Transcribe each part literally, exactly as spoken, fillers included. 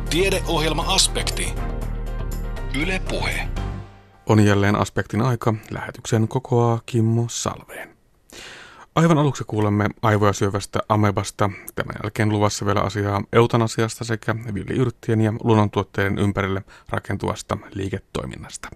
Tiedeohjelma-aspekti. Yle Puhe. On jälleen aspektin aika. Lähetyksen kokoaa Kimmo Salveen. Aivan aluksi kuulemme aivoja syövästä amebasta. Tämän jälkeen luvassa vielä asiaa eutanasiasta sekä villiyrttien ja luonnontuotteiden ympärille rakentuvasta liiketoiminnasta.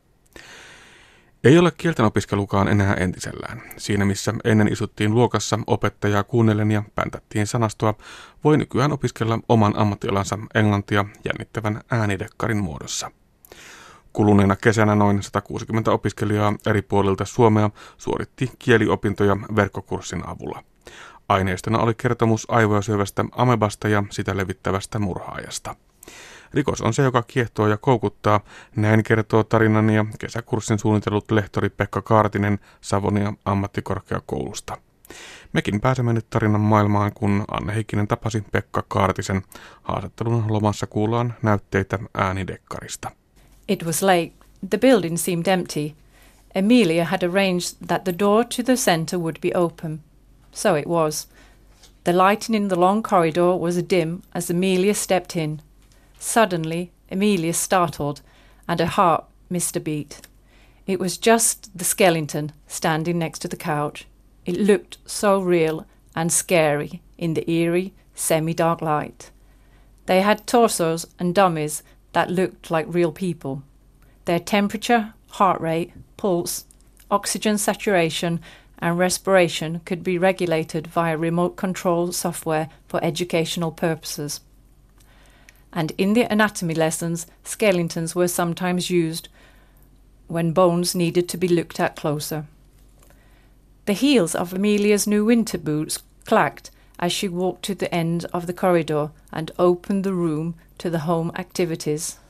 Ei ole kielten opiskelukaan enää entisellään. Siinä missä ennen istuttiin luokassa opettajaa kuunnellen ja päntättiin sanastoa, voi nykyään opiskella oman ammattialansa englantia jännittävän äänidekkarin muodossa. Kuluneena kesänä noin sata kuusikymmentä opiskelijaa eri puolilta Suomea suoritti kieliopintoja verkkokurssin avulla. Aineistona oli kertomus aivoja syövästä amebasta ja sitä levittävästä murhaajasta. Rikos on se, joka kiehtoo ja koukuttaa, näin kertoo tarinan ja kesäkurssin suunnitellut lehtori Pekka Kaartinen Savonia ammattikorkeakoulusta. Mekin pääsemme nyt tarinan maailmaan, kun Anne Heikkinen tapasi Pekka Kaartisen. Haastattelun lomassa kuullaan näytteitä äänidekkarista. It was late. The building seemed empty. Emilia had arranged that the door to the centre would be open. So it was. The lighting in the long corridor was dim as Emilia stepped in. Suddenly, Emilia startled, and her heart missed a beat. It was just the skeleton standing next to the couch. It looked so real and scary in the eerie, semi-dark light. They had torsos and dummies that looked like real people. Their temperature, heart rate, pulse, oxygen saturation, and respiration could be regulated via remote control software for educational purposes. And in the anatomy lessons, skeletons were sometimes used when bones needed to be looked at closer. The heels of Emilia's new winter boots clacked as she walked to the end of the corridor and opened the room to the home activities.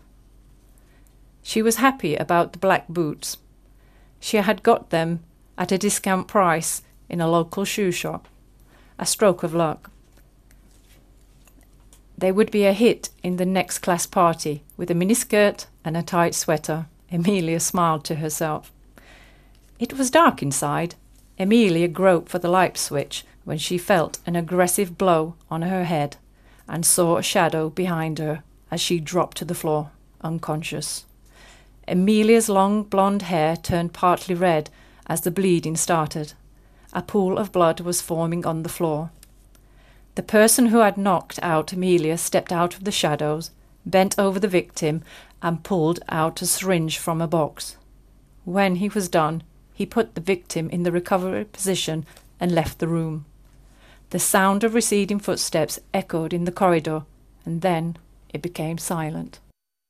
She was happy about the black boots. She had got them at a discount price in a local shoe shop. A stroke of luck. They would be a hit in the next class party with a miniskirt and a tight sweater. Emilia smiled to herself. It was dark inside. Emilia groped for the light switch when she felt an aggressive blow on her head and saw a shadow behind her as she dropped to the floor, unconscious. Emilia's long blonde hair turned partly red as the bleeding started. A pool of blood was forming on the floor. The person who had knocked out Emilia stepped out of the shadows, bent over the victim, and pulled out a syringe from a box. When he was done, he put the victim in the recovery position and left the room. The sound of receding footsteps echoed in the corridor, and then it became silent.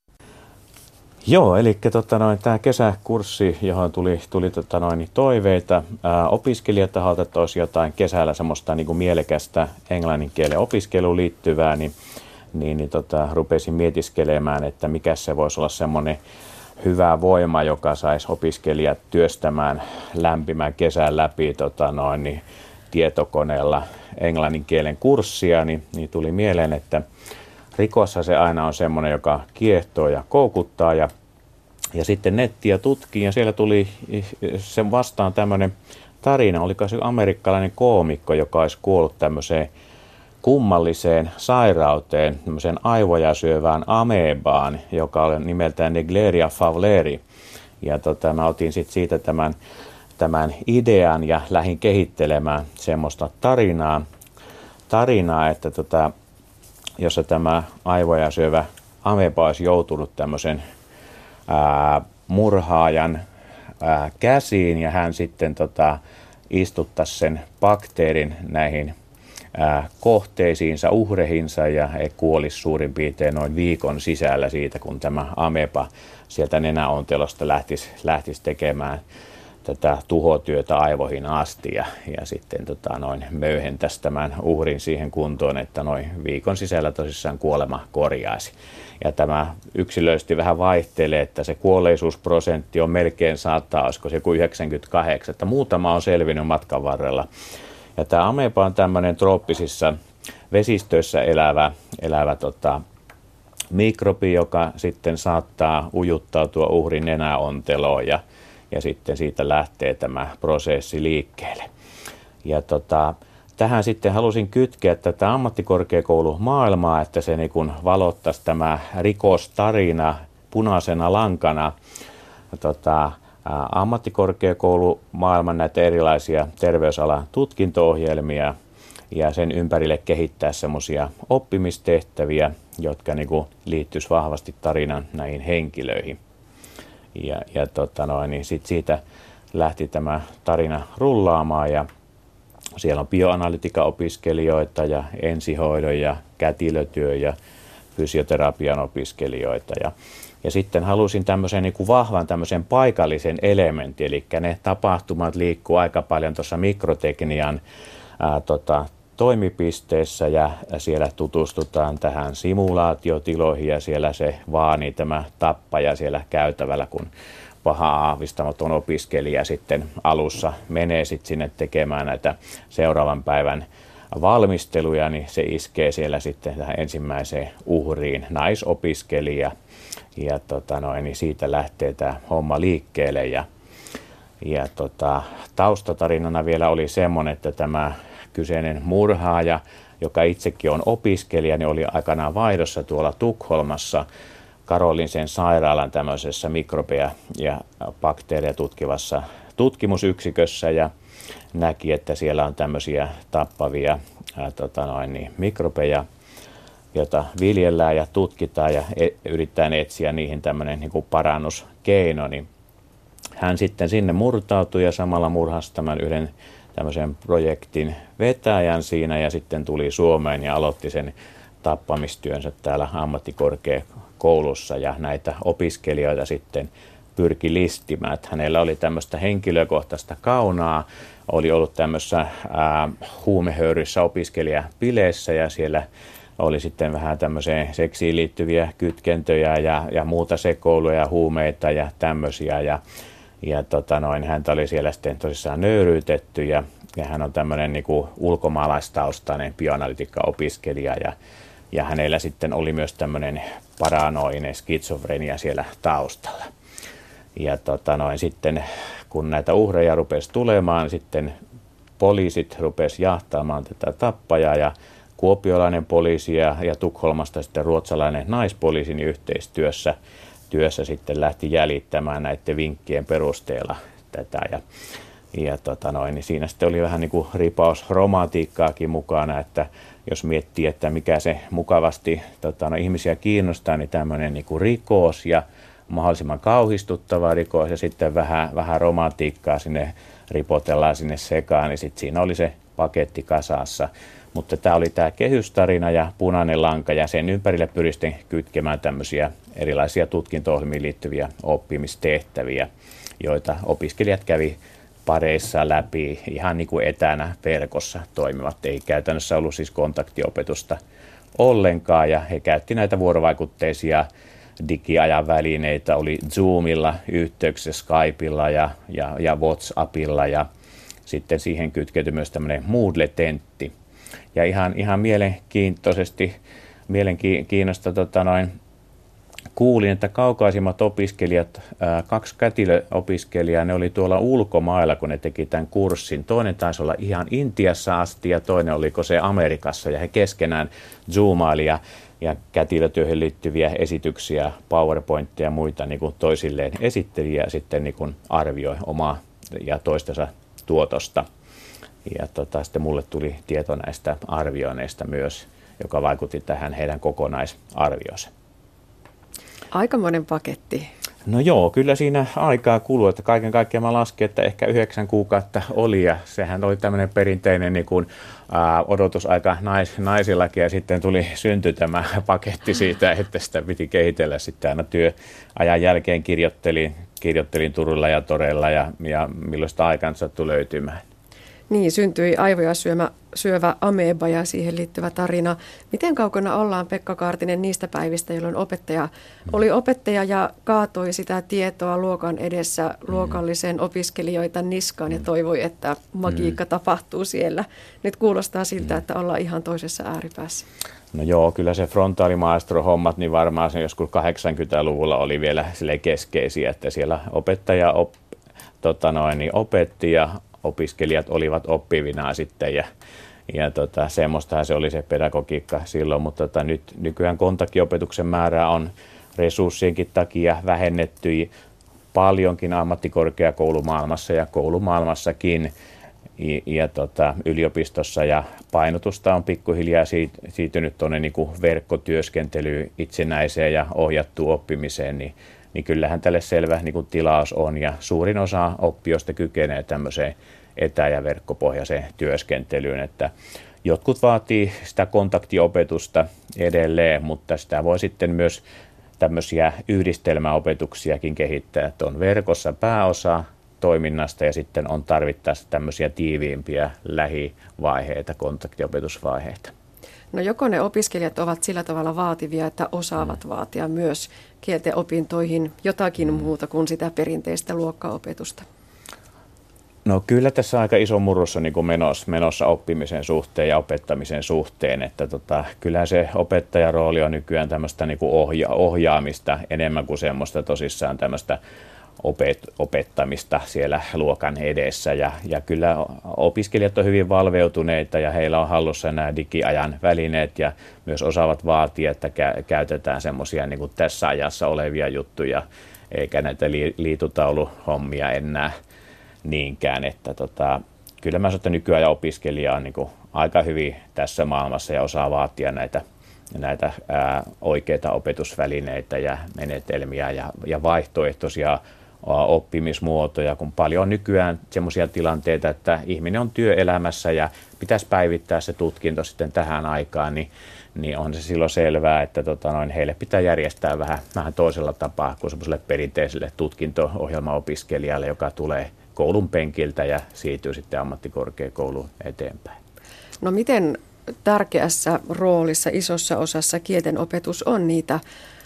Joo, eli tota noin, tämä kesäkurssi, johon tuli, tuli tota noin, toiveita ää, opiskelijataholta, että olisi jotain kesällä semmoista niin kuin mielekästä englannin kielen opiskeluun liittyvää, niin, niin, niin tota, rupesin mietiskelemään, että mikä se voisi olla semmoinen hyvä voima, joka saisi opiskelijat työstämään lämpimän kesän läpi tota noin, niin, tietokoneella englannin kielen kurssia, niin, niin tuli mieleen, että rikossa se aina on semmoinen, joka kiehtoo ja koukuttaa ja, ja sitten nettiä tutkii ja siellä tuli sen vastaan tämmöinen tarina, oliko se amerikkalainen koomikko, joka olisi kuollut tämmöiseen kummalliseen sairauteen, tämmöiseen aivoja syövään amebaan, joka oli nimeltään Naegleria fowleri. Ja tota, mä otin sitten siitä tämän, tämän idean ja lähdin kehittelemään semmoista tarinaa, tarinaa että tota, jossa tämä aivoja syövä ameba olisi joutunut tämmöisen ää, murhaajan ää, käsiin ja hän sitten tota, istuttaisi sen bakteerin näihin ää, kohteisiinsa, uhreihinsa ja he kuolisi suurin piirtein noin viikon sisällä siitä, kun tämä ameba sieltä nenäontelosta lähtisi, lähtisi tekemään tätä tuhotyötä aivoihin asti ja, ja sitten tota, noin möyhentäisi tämän uhrin siihen kuntoon, että noin viikon sisällä tosissaan kuolema korjaisi. Ja tämä yksilöisesti vähän vaihtelee, että se kuolleisuusprosentti on melkein saattaa, olisiko se joku yhdeksänkymmentäkahdeksan, että muutama on selvinnyt matkan varrella. Ja tämä ameba on tämmöinen trooppisissa vesistöissä elävä, elävä tota, mikrobi, joka sitten saattaa ujuttautua uhrin nenäonteloon ja ja sitten siitä lähtee tämä prosessi liikkeelle. Ja tota, tähän sitten halusin kytkeä tätä ammattikorkeakoulumaailmaa, että se niin kuin valottaisi tämä rikostarina punaisena lankana tota, ammattikorkeakoulumaailman näitä erilaisia terveysalan tutkinto-ohjelmia ja sen ympärille kehittää semmoisia oppimistehtäviä, jotka niin kuin liittyisi vahvasti tarinan näihin henkilöihin. Ja, ja tota noin, niin sit siitä lähti tämä tarina rullaamaan ja siellä on bioanalytiikan-opiskelijoita ja ensihoidon ja kätilötyö ja fysioterapian opiskelijoita. Ja, ja sitten halusin tämmöisen niin kuin vahvan tämmöisen paikallisen elementin, eli ne tapahtumat liikkuu aika paljon tuossa mikroteknian ää, tota, toimipisteessä ja siellä tutustutaan tähän simulaatiotiloihin ja siellä se vaani tämä tappaja siellä käytävällä, kun paha aavistamaton opiskelija sitten alussa menee sitten sinne tekemään näitä seuraavan päivän valmisteluja, niin se iskee siellä sitten tähän ensimmäiseen uhriin, naisopiskelija. Ja tota noin, niin siitä lähtee tämä homma liikkeelle. Ja, ja tota, taustatarinana vielä oli semmoinen, että tämä kyseinen murhaaja, joka itsekin on opiskelija, niin oli aikanaan vaihdossa tuolla Tukholmassa Karolinsen sairaalan tämmöisessä mikrobeja ja bakteereja tutkivassa tutkimusyksikössä ja näki, että siellä on tämmöisiä tappavia ää, tota noin, niin mikrobeja, joita viljellään ja tutkitaan ja e- yritetään etsiä niihin tämmöinen niin kuin parannuskeino. Niin hän sitten sinne murtautui ja samalla murhasi tämän yhden tämmöisen projektin vetäjän siinä ja sitten tuli Suomeen ja aloitti sen tappamistyönsä täällä ammattikorkeakoulussa ja näitä opiskelijoita sitten pyrki listimään. Että hänellä oli tämmöistä henkilökohtaista kaunaa, oli ollut tämmöisessä ää, huumehöyryssä opiskelijapileissä ja siellä oli sitten vähän tämmöiseen seksiin liittyviä kytkentöjä ja, ja muuta sekoiluja ja huumeita ja tämmöisiä ja Ja tota noin, häntä oli siellä sitten tosissaan nöyryytetty ja, ja hän on tämmöinen niin kuin ulkomaalaistaustainen bioanalytiikka-opiskelija ja, ja hänellä sitten oli myös tämmöinen paranoinen skitsofrenia siellä taustalla. Ja tota noin, sitten kun näitä uhreja rupesi tulemaan, sitten poliisit rupesi jahtaamaan tätä tappajaa ja kuopiolainen poliisi ja, ja Tukholmasta sitten ruotsalainen naispoliisin yhteistyössä työssä sitten lähti jäljittämään näiden vinkkien perusteella tätä ja, ja tota noin, niin siinä sitten oli vähän niin kuin ripaus romantiikkaakin mukana, että jos miettii, että mikä se mukavasti tota, no, ihmisiä kiinnostaa, niin tämmöinen niin kuin rikos ja mahdollisimman kauhistuttava rikos ja sitten vähän, vähän romantiikkaa sinne ripotellaan sinne sekaan, niin sitten siinä oli se paketti kasassa. Mutta tämä oli tämä kehystarina ja punainen lanka ja sen ympärille pyri sitten kytkemään tämmöisiä erilaisia tutkinto-ohjelmiin liittyviä oppimistehtäviä, joita opiskelijat kävi pareissa läpi ihan niin kuin etänä verkossa toimivat. Ei käytännössä ollut siis kontaktiopetusta ollenkaan ja he käytti näitä vuorovaikutteisia digiajan välineitä, oli Zoomilla yhteyksissä, Skypeilla ja, ja, ja WhatsAppilla ja sitten siihen kytkeytyi myös tämmöinen Moodle-tentti. Ja ihan, ihan mielenkiintoisesti, mielenkiinnosta tota noin, kuulin, että kaukaisimmat opiskelijat, ää, kaksi kätilöopiskelijaa, ne oli tuolla ulkomailla, kun ne teki tämän kurssin. Toinen taisi olla ihan Intiassa asti ja toinen oliko se Amerikassa ja he keskenään zoomaili ja, ja kätilötyöhön liittyviä esityksiä, PowerPointteja ja muita niin kuin toisilleen esitteli ja sitten niin kuin arvioi omaa ja toistensa tuotosta. Ja tota, sitten mulle tuli tieto näistä arvioineista myös, joka vaikutti tähän heidän kokonaisarvioonsa. Aikamoinen paketti. No joo, kyllä siinä aikaa kului, että kaiken kaikkiaan mä laskin, että ehkä yhdeksän kuukautta oli ja sehän oli tämmöinen perinteinen niin kuin, ää, odotusaika nais, naisillakin ja sitten tuli synty tämä paketti siitä, että sitä piti kehitellä sitten aina työajan jälkeen kirjoittelin, kirjoittelin Turulla ja Toreilla ja, ja milloin sitä aikaan sattui löytymään. Niin, syntyi aivoja syömä, syövä ameba ja siihen liittyvä tarina. Miten kaukana ollaan, Pekka Kaartinen, niistä päivistä, jolloin opettaja oli opettaja ja kaatoi sitä tietoa luokan edessä luokallisen opiskelijoita niskaan ja toivoi, että magiikka tapahtuu siellä. Nyt kuulostaa siltä, että ollaan ihan toisessa ääripäässä. No joo, kyllä se frontaalimaestro-hommat, niin varmaan se joskus kahdeksankymmentäluvulla oli vielä keskeisiä, että siellä opettaja op, tota noin, niin opetti ja opiskelijat olivat oppivinaa sitten ja, ja tota, semmoistahan se oli se pedagogiikka silloin, mutta tota, nyt nykyään kontaktiopetuksen määrää on resurssienkin takia vähennetty paljonkin ammattikorkeakoulumaailmassa ja koulumaailmassakin. Ja, ja tota, yliopistossa ja painotusta on pikkuhiljaa siirtynyt tuonne niin kuin verkkotyöskentelyyn, itsenäiseen ja ohjattuun oppimiseen, niin, niin kyllähän tälle selvä niin kuin tilaus on ja suurin osa oppijoista kykenee tämmöiseen etä- ja verkkopohjaiseen työskentelyyn, että jotkut vaatii sitä kontaktiopetusta edelleen, mutta sitä voi sitten myös tämmöisiä yhdistelmäopetuksiakin kehittää, että on verkossa pääosa toiminnasta ja sitten on tarvittaessa tämmöisiä tiiviimpiä lähivaiheita, kontaktiopetusvaiheita. No joko ne opiskelijat ovat sillä tavalla vaativia, että osaavat mm. vaatia myös kielten opintoihin jotakin mm. muuta kuin sitä perinteistä luokkaopetusta? No kyllä tässä aika iso murros on niin kuin menossa, menossa oppimisen suhteen ja opettamisen suhteen, että tota, kyllähän se opettajan rooli on nykyään tämmöistä niin kuin ohja, ohjaamista enemmän kuin semmoista tosissaan tämmöistä opet, opettamista siellä luokan edessä ja, ja kyllä opiskelijat on hyvin valveutuneita ja heillä on hallussa nämä digiajan välineet ja myös osaavat vaatia, että kä- käytetään semmoisia niin kuin tässä ajassa olevia juttuja eikä näitä li- liitutauluhommia enää niinkään, että tota, kyllä mä sanon, että nykyajan opiskelija on niin kuin aika hyvin tässä maailmassa ja osaa vaatia näitä, näitä ää, oikeita opetusvälineitä ja menetelmiä ja, ja vaihtoehtoisia oppimismuotoja, kun paljon on nykyään semmoisia tilanteita, että ihminen on työelämässä ja pitäisi päivittää se tutkinto sitten tähän aikaan, niin, niin on se silloin selvää, että tota noin, heille pitää järjestää vähän, vähän toisella tapaa kuin semmoiselle perinteiselle tutkinto-ohjelmaopiskelijalle, joka tulee koulun penkiltä ja siirtyy sitten ammattikorkeakouluun eteenpäin. No miten tärkeässä roolissa, isossa osassa kielten opetus on niitä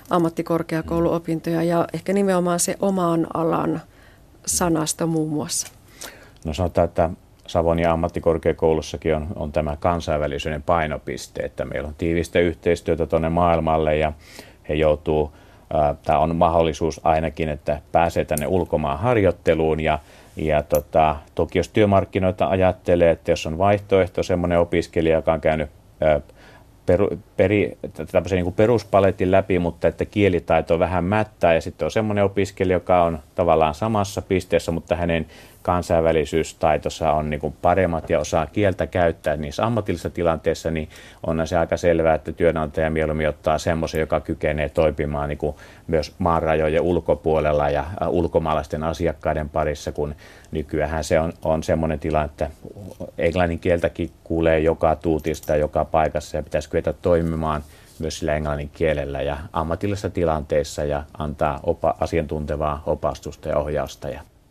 ammattikorkeakouluopintoja ja ehkä nimenomaan se oman alan sanasta muun muassa? No sanotaan, että Savonia ammattikorkeakoulussakin on, on tämä kansainvälisyyden painopiste, että meillä on tiivistä yhteistyötä tuonne maailmalle ja he joutuu, tämä on mahdollisuus ainakin, että pääsee tänne ulkomaan harjoitteluun ja Ja tota, toki jos työmarkkinoita ajattelee, että jos on vaihtoehto semmoinen opiskelija, joka on käynyt ää, peru, peri, tämmöisen niin kuin peruspaletin läpi, mutta että kielitaito on vähän mättää ja sitten on semmoinen opiskelija, joka on tavallaan samassa pisteessä, mutta hänen kansainvälisyystaitonsa on niin kuin paremmat ja osaa kieltä käyttää niissä ammatillisissa tilanteissa, niin on se aika selvää, että työnantaja mieluummin ottaa semmoisen, joka kykenee toimimaan niin kuin myös maan rajojen ulkopuolella ja ulkomaalaisten asiakkaiden parissa, kun nykyään se on, on semmoinen tilanne, että englannin kieltäkin kuulee joka tuutista, joka paikassa ja pitäisi kyetä toimimaan myös sillä englannin kielellä ja ammatillisissa tilanteissa ja antaa opa, asiantuntevaa opastusta ja ohjausta.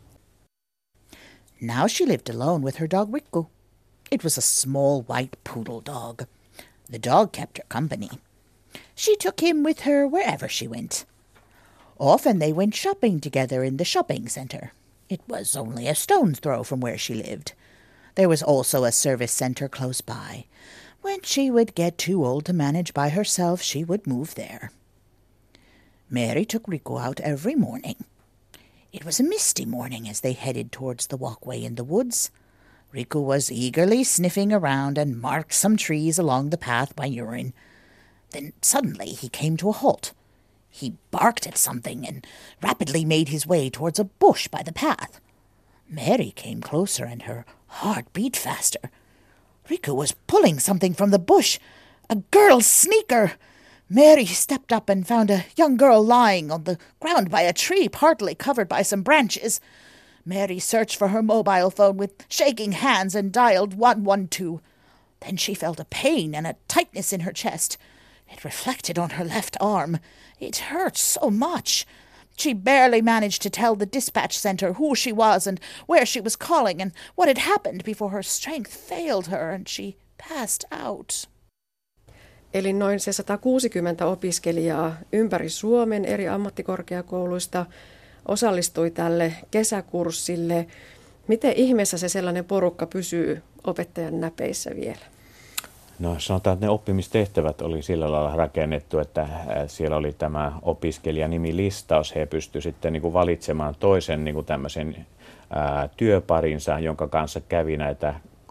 Now she lived alone with her dog Riku. It was a small white poodle dog. The dog kept her company. She took him with her wherever she went. Often they went shopping together in the shopping center. It was only a stone's throw from where she lived. There was also a service center close by. When she would get too old to manage by herself, she would move there. Mary took Riku out every morning. It was a misty morning as they headed towards the walkway in the woods. Riku was eagerly sniffing around and marked some trees along the path by urine. Then suddenly he came to a halt. He barked at something and rapidly made his way towards a bush by the path. Mary came closer and her heart beat faster. Riku was pulling something from the bush, a girl's sneaker. Mary stepped up and found a young girl lying on the ground by a tree, partly covered by some branches. Mary searched for her mobile phone with shaking hands and dialed one one two. Then she felt a pain and a tightness in her chest. It reflected on her left arm. It hurt so much. She barely managed to tell the dispatch center who she was and where she was calling and what had happened before her strength failed her and she passed out. Eli noin se sata kuusikymmentä opiskelijaa ympäri Suomen eri ammattikorkeakouluista osallistui tälle kesäkurssille. Miten ihmeessä se sellainen porukka pysyy opettajan näpeissä vielä? No sanotaan, että ne oppimistehtävät oli sillä lailla rakennettu, että siellä oli tämä opiskelijanimilistaus. He pystyivät sitten niin kuin valitsemaan toisen niin kuin tämmöisen ää, työparinsa, jonka kanssa kävi näitä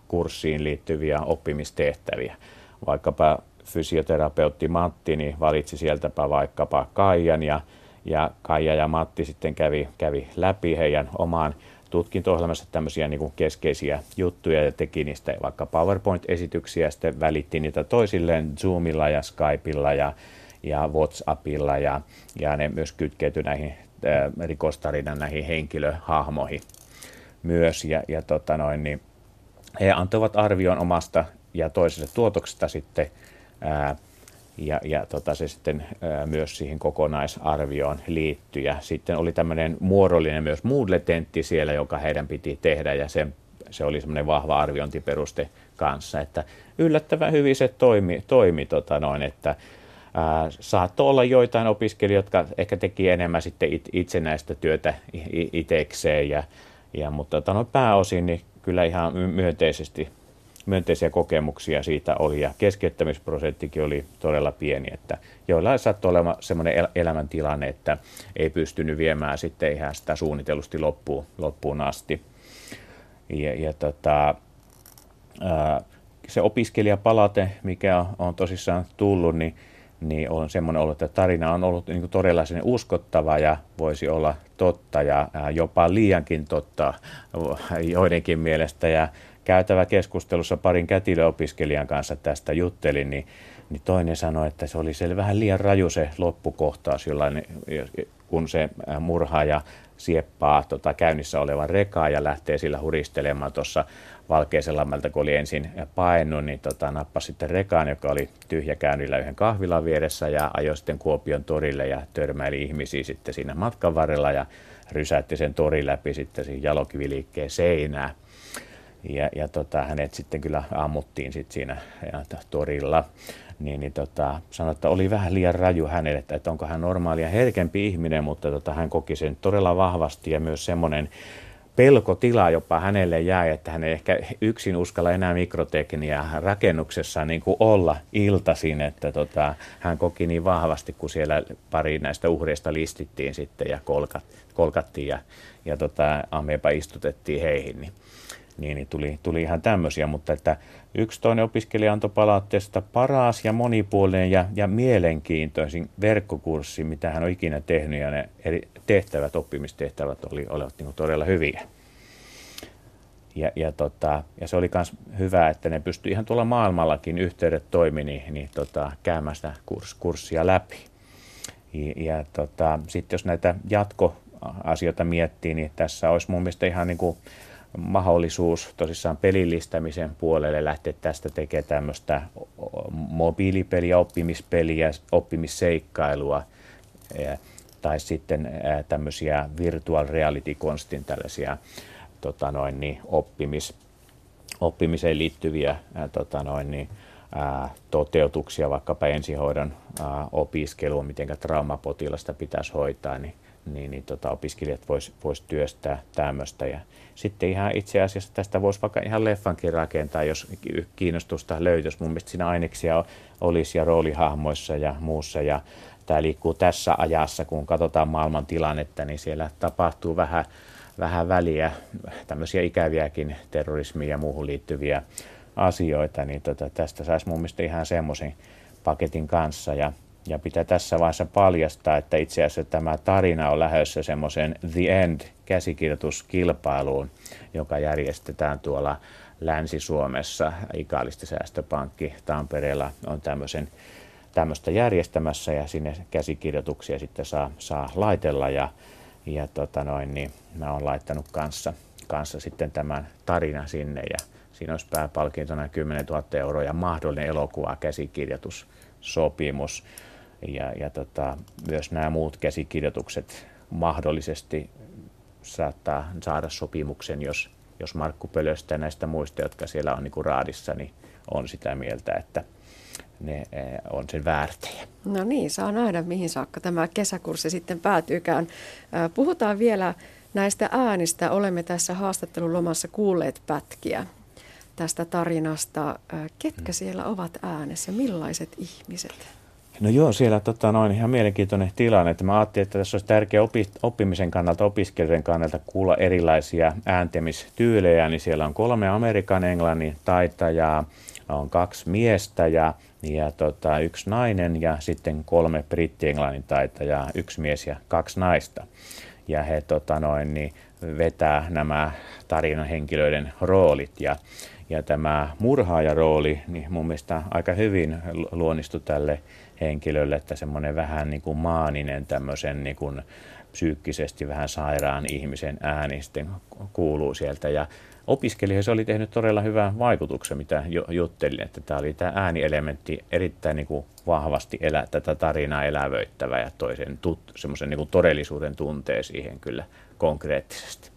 kurssiin liittyviä oppimistehtäviä. Vaikkapa fysioterapeutti Matti niin valitsi sieltäpä vaikkapa Kaijan ja, ja Kaija ja Matti sitten kävi, kävi läpi heidän omaan tutkinto-ohjelmassa tämmöisiä niin kuin keskeisiä juttuja ja teki niistä vaikka PowerPoint-esityksiä ja sitten välitti niitä toisilleen Zoomilla ja Skypeilla ja, ja WhatsAppilla ja, ja ne myös kytkeytyi näihin äh, rikostarinan näihin henkilöhahmoihin myös ja, ja tota noin, niin he antoivat arvion omasta ja toisesta tuotoksesta sitten ää, ja, ja tota, se sitten ää, myös siihen kokonaisarvioon liittyi. Ja sitten oli tämmöinen muodollinen myös Moodle-tentti siellä, joka heidän piti tehdä ja se, se oli semmoinen vahva arviointiperuste kanssa, että yllättävän hyvin se toimi, toimi tota noin, että ää, saattoi olla joitain opiskelijoita, jotka ehkä teki enemmän sitten it, itsenäistä työtä itsekseen, ja, ja, mutta tota, no, pääosin niin kyllä ihan myönteisesti myönteisiä kokemuksia siitä oli ja keskeyttämisprosenttikin oli todella pieni, että joillain saattoi olla semmoinen elämäntilanne, että ei pystynyt viemään sitten ihan sitä suunnitellusti loppuun, loppuun asti. Ja, ja tota, ää, se opiskelijapalaute, mikä on, on tosissaan tullut, niin, niin on semmoinen ollut, että tarina on ollut niin kuin todella uskottava ja voisi olla totta ja ää, jopa liiankin totta joidenkin mielestä. Ja käytävä keskustelussa parin kätilöopiskelijan kanssa tästä juttelin, niin, niin toinen sanoi, että se oli se vähän liian raju se loppukohtaus, jollain, kun se murhaaja sieppaa tota, käynnissä olevan rekaa ja lähtee sillä huristelemaan tuossa Valkeasellammelta, kun oli ensin paennut, niin tota, nappasi sitten rekaan, joka oli tyhjäkäynnillä yhden kahvilan vieressä ja ajoi sitten Kuopion torille ja törmäili ihmisiä sitten siinä matkan varrella ja rysäytti sen torin läpi sitten siihen Jalokiviliikkeen seinään. Ja, ja tota, hänet sitten kyllä ammuttiin sit siinä ja, torilla, niin, niin tota, sanoi, että oli vähän liian raju hänelle, että, että onko hän normaalia herkempi ihminen, mutta tota, hän koki sen todella vahvasti ja myös semmoinen pelkotila jopa hänelle jäi, että hän ei ehkä yksin uskalla enää mikrotekniä rakennuksessa niin kuin olla iltaisin, että tota, hän koki niin vahvasti, kun siellä pari näistä uhreista listittiin sitten ja kolkat, kolkattiin ja, ja tota, ameba istutettiin heihin, niin Niin, niin tuli, tuli ihan tämmöisiä, mutta että yksi toinen opiskelija antoi palautteesta paras ja monipuolinen ja, ja mielenkiintoisin verkkokurssi, mitä hän on ikinä tehnyt, ja ne eri tehtävät, oppimistehtävät oli, olivat niin kuin todella hyviä. Ja, ja, tota, ja se oli myös hyvä, että ne pystyi ihan tuolla maailmallakin yhteydet toimi, niin, niin tota, käymään sitä kurs, kurssia läpi. Ja, ja tota, sitten jos näitä jatkoasioita miettii, niin tässä olisi mun mielestä ihan niin kuin mahdollisuus tosissaan pelillistämisen puolelle lähteä tästä tekemään tämmöistä mobiilipeliä, oppimispeliä, oppimisseikkailua tai sitten tämmöisiä virtual reality-konstin tällaisia tota noin, niin, oppimis, oppimiseen liittyviä ää, tota noin, niin, ää, toteutuksia, vaikkapa ensihoidon ää, opiskelua, miten traumapotilasta pitäisi hoitaa, niin niin, niin tota, opiskelijat vois, vois työstää tämmöistä. Ja sitten ihan itse asiassa tästä voisi vaikka ihan leffankin rakentaa, jos kiinnostusta löytyisi. Mun mielestä siinä aineksia olisi ja roolihahmoissa ja muussa. Ja tämä liikkuu tässä ajassa, kun katsotaan maailman tilannetta, niin siellä tapahtuu vähän, vähän väliä, tämmöisiä ikäviäkin terrorismiin ja muuhun liittyviä asioita. Niin tota, tästä saisi mun mielestä ihan semmoisen paketin kanssa. Ja Ja pitää tässä vaiheessa paljastaa, että itse asiassa tämä tarina on lähdössä semmoisen The End-käsikirjoituskilpailuun, joka järjestetään tuolla Länsi-Suomessa. Ikaalistisäästöpankki Tampereella on tämmöisen, tämmöistä järjestämässä ja sinne käsikirjoituksia sitten saa, saa laitella. Ja, ja tota noin, niin mä oon laittanut kanssa, kanssa sitten tämän tarinan sinne ja siinä olisi pääpalkintona kymmenen tuhatta euroa ja mahdollinen elokuva käsikirjoitussopimus. Ja, ja tota, myös nämä muut käsikirjoitukset mahdollisesti saattaa saada sopimuksen, jos, jos Markku Pölöstä ja näistä muista, jotka siellä on niin kuin raadissa, niin on sitä mieltä, että ne on sen väärtejä. No niin, saa nähdä, mihin saakka tämä kesäkurssi sitten päätyykään. Puhutaan vielä näistä äänistä. Olemme tässä haastattelun lomassa kuulleet pätkiä tästä tarinasta. Ketkä siellä ovat äänessä? Millaiset ihmiset? No joo, siellä tota, noin ihan mielenkiintoinen tilanne. Että mä ajattelin, että tässä olisi tärkeä opi, oppimisen kannalta, opiskelijoiden kannalta kuulla erilaisia ääntämistyylejä. Niin siellä on kolme amerikan englannin taitajaa, on kaksi miestä ja, ja tota, yksi nainen ja sitten kolme britti-englannin taitajaa, yksi mies ja kaksi naista. Ja he tota, noin, niin vetää nämä tarinan henkilöiden roolit ja Ja tämä murhaajarooli, niin mun mielestä aika hyvin luonnistui tälle henkilölle, että semmoinen vähän niin kuin maaninen, tämmöisen niin kuin psyykkisesti vähän sairaan ihmisen ääni sitten kuuluu sieltä. Ja opiskelijoille se oli tehnyt todella hyvän vaikutuksen, mitä juttelin, että tämä oli tämä äänielementti erittäin niin kuin vahvasti elä, tätä tarinaa elävöittävä ja toisen tut, semmoisen niin kuin todellisuuden tuntee siihen kyllä konkreettisesti.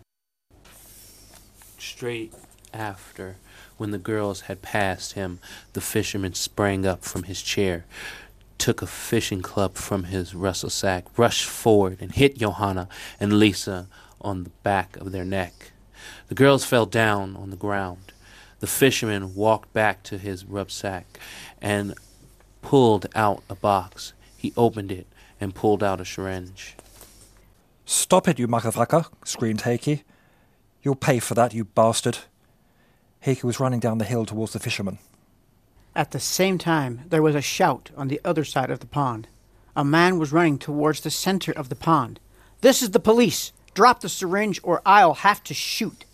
Straight after, when the girls had passed him, the fisherman sprang up from his chair, took a fishing club from his rucksack, rushed forward and hit Johanna and Lisa on the back of their neck. The girls fell down on the ground. The fisherman walked back to his rucksack and pulled out a box. He opened it and pulled out a syringe. "Stop it, you motherfucker," screamed Heikki. "You'll pay for that, you bastard." Heikki was running down the hill towards the fisherman. At the same time, there was a shout on the other side of the pond. A man was running towards the center of the pond. "This is the police. Drop the syringe or I'll have to shoot."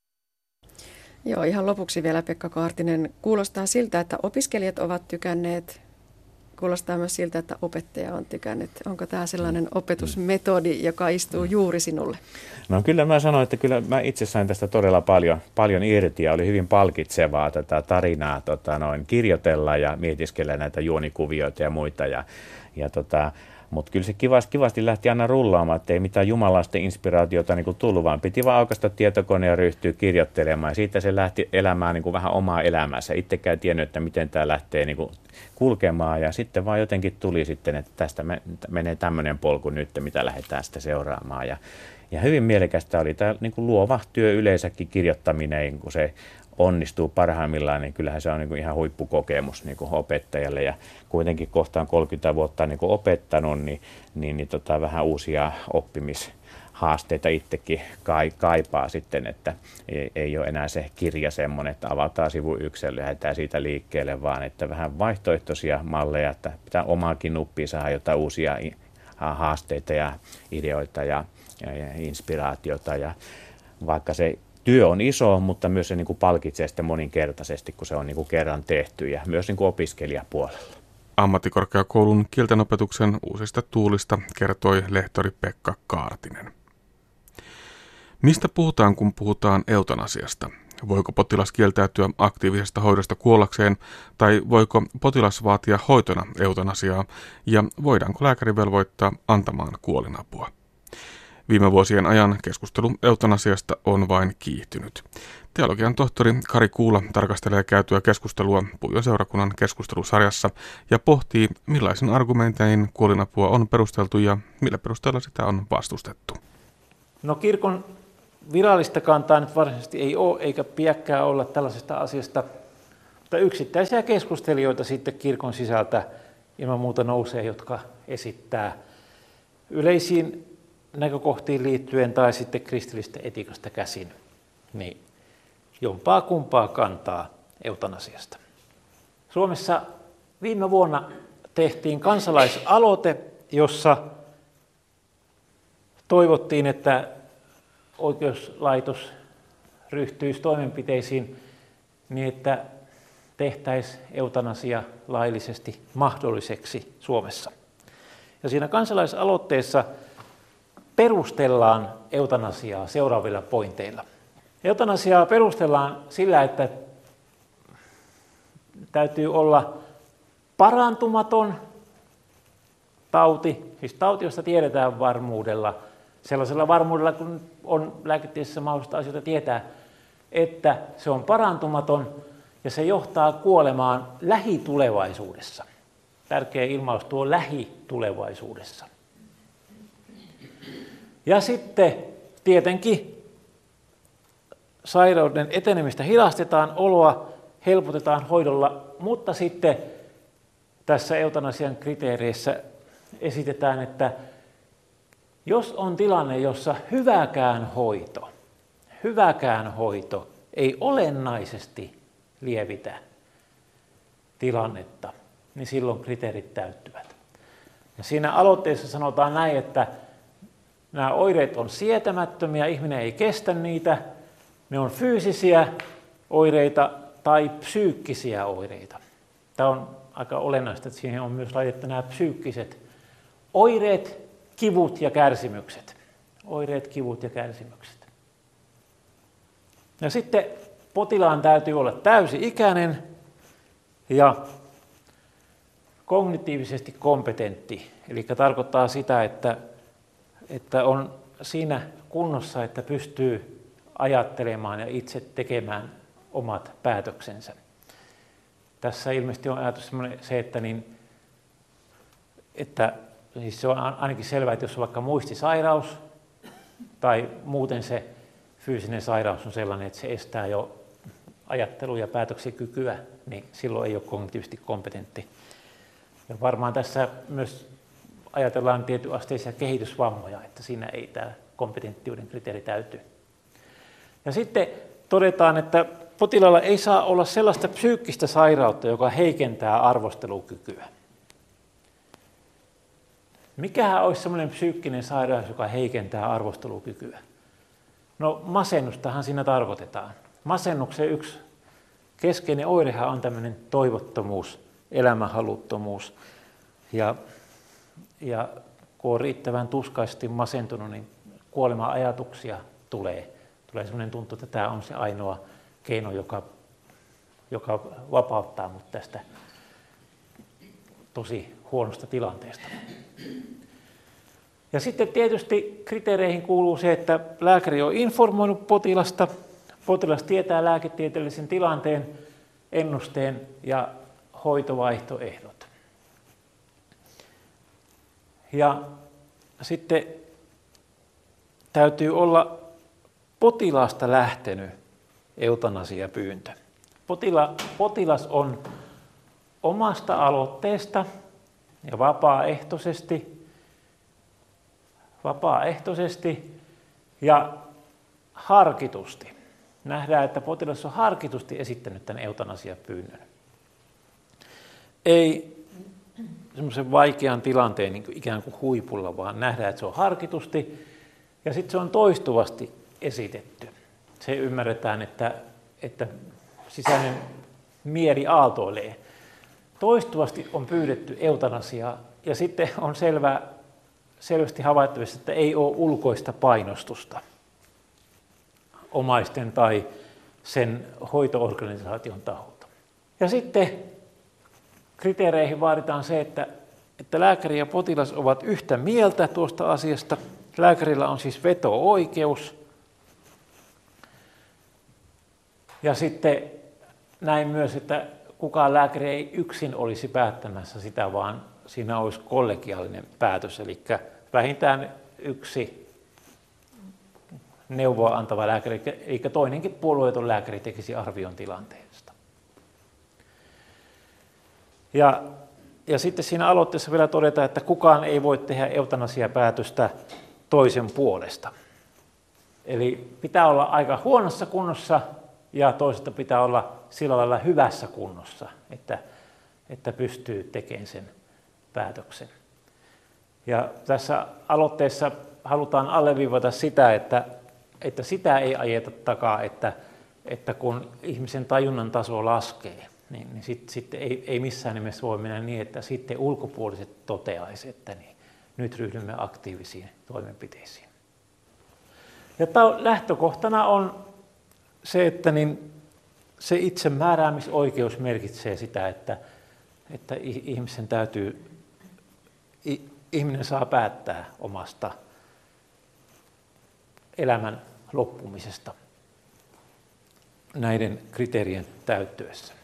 Joo, ihan lopuksi vielä Pekka Kaartinen. Kuulostaa siltä, että opiskelijat ovat tykänneet. Kuulostaa myös siltä, että opettaja on tykännyt. Onko tämä sellainen opetusmetodi, joka istuu juuri sinulle? No kyllä mä sanoin, että kyllä mä itse sain tästä todella paljon, paljon irti ja oli hyvin palkitsevaa tätä tarinaa tota, noin, kirjoitella ja mietiskellä näitä juonikuvioita ja muita. Ja, ja tota, mutta kyllä se kivasti, kivasti lähti aina rullaamaan, että ei mitään jumalaista inspiraatiota niin kuin tullut, vaan piti vaan aukaista tietokone ja ryhtyä kirjoittelemaan. Ja siitä se lähti elämään niin kuin vähän omaa elämäänsä. Itsekään tiennyt, että miten tämä lähtee niin kuin kulkemaan. Ja sitten vaan jotenkin tuli sitten, että tästä menee tämmöinen polku nyt, mitä lähdetään sitten seuraamaan. Ja, ja hyvin mielekästä oli tämä niin kuin luova työ yleensäkin kirjoittaminen, kun se onnistuu parhaimmillaan, niin kyllähän se on niin kuin ihan huippukokemus niin kuin opettajalle. Ja kuitenkin kohtaan kolmekymmentä vuotta niin kuin opettanut, niin, niin, niin tota, vähän uusia oppimishaasteita itsekin kaipaa sitten, että ei, ei ole enää se kirja semmoinen, että avataan sivu yksi ja lähdetään siitä liikkeelle, vaan että vähän vaihtoehtoisia malleja, että pitää omaakin nuppia saada jotain uusia haasteita ja ideoita ja, ja, ja inspiraatiota. Ja vaikka se työ on iso, mutta myös se niin kuin palkitsee sitten moninkertaisesti, kun se on niin kuin kerran tehty ja myös niin kuin opiskelijapuolella. Ammattikorkeakoulun kieltenopetuksen uusista tuulista kertoi lehtori Pekka Kaartinen. Mistä puhutaan, kun puhutaan eutanasiasta? Voiko potilas kieltäytyä aktiivisesta hoidosta kuollakseen, tai voiko potilas vaatia hoitona eutanasiaa, ja voidaanko lääkäri velvoittaa antamaan kuolinapua? Viime vuosien ajan keskustelu eutanasiasta on vain kiihtynyt. Teologian tohtori Kari Kuula tarkastelee käytyä keskustelua Puijon seurakunnan keskustelusarjassa ja pohtii, millaisen argumentein kuolinapua on perusteltu ja millä perusteella sitä on vastustettu. No kirkon virallista kantaa nyt varsinaisesti ei ole eikä piäkkää olla tällaisesta asiasta, mutta yksittäisiä keskustelijoita sitten kirkon sisältä ilman muuta nousee, jotka esittää yleisiin näkökohtiin liittyen tai sitten kristillistä etiikasta käsin, niin jompaa kumpaa kantaa eutanasiasta. Suomessa viime vuonna tehtiin kansalaisaloite, jossa toivottiin, että oikeuslaitos ryhtyisi toimenpiteisiin niin, että tehtäisiin eutanasia laillisesti mahdolliseksi Suomessa. Ja siinä kansalaisaloitteessa perustellaan eutanasiaa seuraavilla pointeilla. Eutanasiaa perustellaan sillä, että täytyy olla parantumaton tauti, siis tauti, josta tiedetään varmuudella, sellaisella varmuudella, kun on lääketieteessä mahdollista asioita tietää, että se on parantumaton ja se johtaa kuolemaan lähitulevaisuudessa. Tärkeä ilmaus tuo lähitulevaisuudessa. Ja sitten tietenkin sairauden etenemistä hidastetaan, oloa helpotetaan hoidolla, mutta sitten tässä eutanasian kriteereissä esitetään, että jos on tilanne, jossa hyväkään hoito, hyväkään hoito ei olennaisesti lievitä tilannetta, niin silloin kriteerit täyttyvät. Ja siinä aloitteessa sanotaan näin, että nämä oireet on sietämättömiä, ihminen ei kestä niitä, ne on fyysisiä oireita tai psyykkisiä oireita. Tämä on aika olennaista, että siihen on myös laitettu nämä psyykkiset oireet, kivut ja kärsimykset. Oireet, kivut ja kärsimykset. Ja sitten potilaan täytyy olla täysi-ikäinen ja kognitiivisesti kompetentti. Eli tarkoittaa sitä, että, että on siinä kunnossa, että pystyy ajattelemaan ja itse tekemään omat päätöksensä. Tässä ilmeisesti on ajatus se, että, niin, että siis se on ainakin selvää, että jos on vaikka muistisairaus tai muuten se fyysinen sairaus on sellainen, että se estää jo ajattelu- ja päätöksenkykyä, niin silloin ei ole kognitiivisesti kompetentti. Ja varmaan tässä myös ajatellaan tietynasteisia kehitysvammoja, että siinä ei tämä kompetenttiuden kriteeri täyty. Ja sitten todetaan, että potilaalla ei saa olla sellaista psyykkistä sairautta, joka heikentää arvostelukykyä. Mikähän olisi sellainen psyykkinen sairaus, joka heikentää arvostelukykyä? No masennustahan siinä tarkoitetaan. Masennuksen yksi keskeinen oirehan on tämmöinen toivottomuus, elämänhaluttomuus. Ja, ja kun on riittävän tuskaisesti masentunut, niin kuolema-ajatuksia tulee. Tulee sellainen tuntu, että tämä on se ainoa keino, joka, joka vapauttaa mut tästä tosi huonosta tilanteesta. Ja sitten tietysti kriteereihin kuuluu se, että lääkäri on informoinut potilasta, potilas tietää lääketieteellisen tilanteen, ennusteen ja hoitovaihtoehdot. Ja sitten täytyy olla potilaasta lähtenyt eutanasiapyyntö. Potila, potilas on omasta aloitteesta ja vapaaehtoisesti, vapaaehtoisesti ja harkitusti. Nähdään, että potilas on harkitusti esittänyt tämän eutanasiapyynnön. Ei semmoisen vaikean tilanteen niin kuin ikään kuin huipulla, vaan nähdään, että se on harkitusti ja sitten se on toistuvasti esitetty. Se ymmärretään, että, että sisäinen mieli aaltoilee. Toistuvasti on pyydetty eutanasiaa ja sitten on selvä, selvästi havaittavissa, että ei ole ulkoista painostusta omaisten tai sen hoitoorganisaation taholta. Ja sitten kriteereihin vaaditaan se, että, että lääkäri ja potilas ovat yhtä mieltä tuosta asiasta. Lääkärillä on siis veto-oikeus. Ja sitten näin myös, että kukaan lääkäri ei yksin olisi päättämässä sitä, vaan siinä olisi kollegiaalinen päätös. Eli vähintään yksi neuvoa antava lääkäri, eli toinenkin puolueeton lääkäri tekisi arvion tilanteesta. Ja, ja sitten siinä aloitteessa vielä todetaan, että kukaan ei voi tehdä eutanasiapäätöstä toisen puolesta. Eli pitää olla aika huonossa kunnossa ja toisesta pitää olla sillä lailla hyvässä kunnossa, että, että pystyy tekemään sen päätöksen. Ja tässä aloitteessa halutaan alleviivata sitä, että, että sitä ei ajeta takaa, että, että kun ihmisen tajunnan taso laskee, niin, niin sitten sit ei, ei missään nimessä voi mennä niin, että sitten ulkopuoliset toteaisi, että niin, nyt ryhdymme aktiivisiin toimenpiteisiin. Ja lähtökohtana on se, että niin se itsemääräämisoikeus merkitsee sitä, että, että ihmisen täytyy, ihminen saa päättää omasta elämän loppumisesta näiden kriteerien täyttyessä.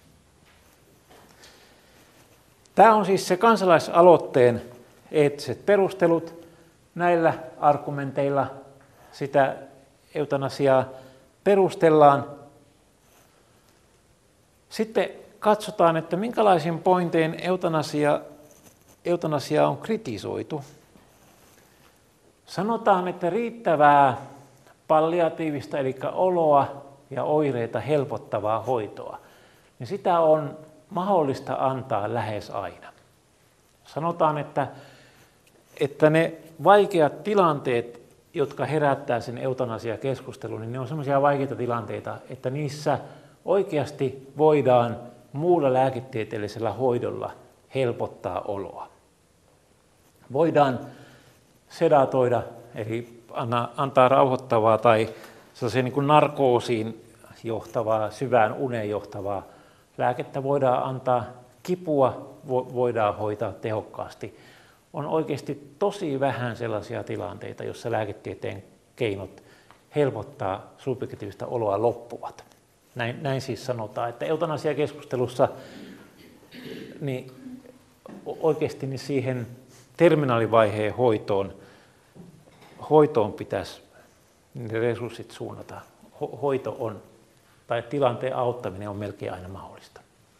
Tämä on siis se kansalaisaloitteen eettiset perustelut. Näillä argumenteilla sitä eutanasiaa perustellaan. Sitten katsotaan, että minkälaisin pointein eutanasia, eutanasia on kritisoitu. Sanotaan, että riittävää palliatiivista, eli oloa ja oireita helpottavaa hoitoa, niin sitä on mahdollista antaa lähes aina. Sanotaan, että, että ne vaikeat tilanteet, jotka herättää sen eutanasiakeskustelun, niin ne on sellaisia vaikeita tilanteita, että niissä oikeasti voidaan muulla lääketieteellisellä hoidolla helpottaa oloa. Voidaan sedatoida, eli antaa rauhoittavaa tai sellaiseen niin kuin narkoosiin johtavaa, syvään uneen johtavaa lääkettä voidaan antaa, kipua voidaan hoitaa tehokkaasti. On oikeasti tosi vähän sellaisia tilanteita, joissa lääketieteen keinot helpottaa subjektiivista oloa loppuvat. Näin, näin siis sanotaan, että eutanasiakeskustelussa niin oikeasti niin siihen terminaalivaiheen hoitoon, hoitoon pitäisi ne resurssit suunnata. Ho- hoito on, tai tilanteen auttaminen on melkein aina mahdollista.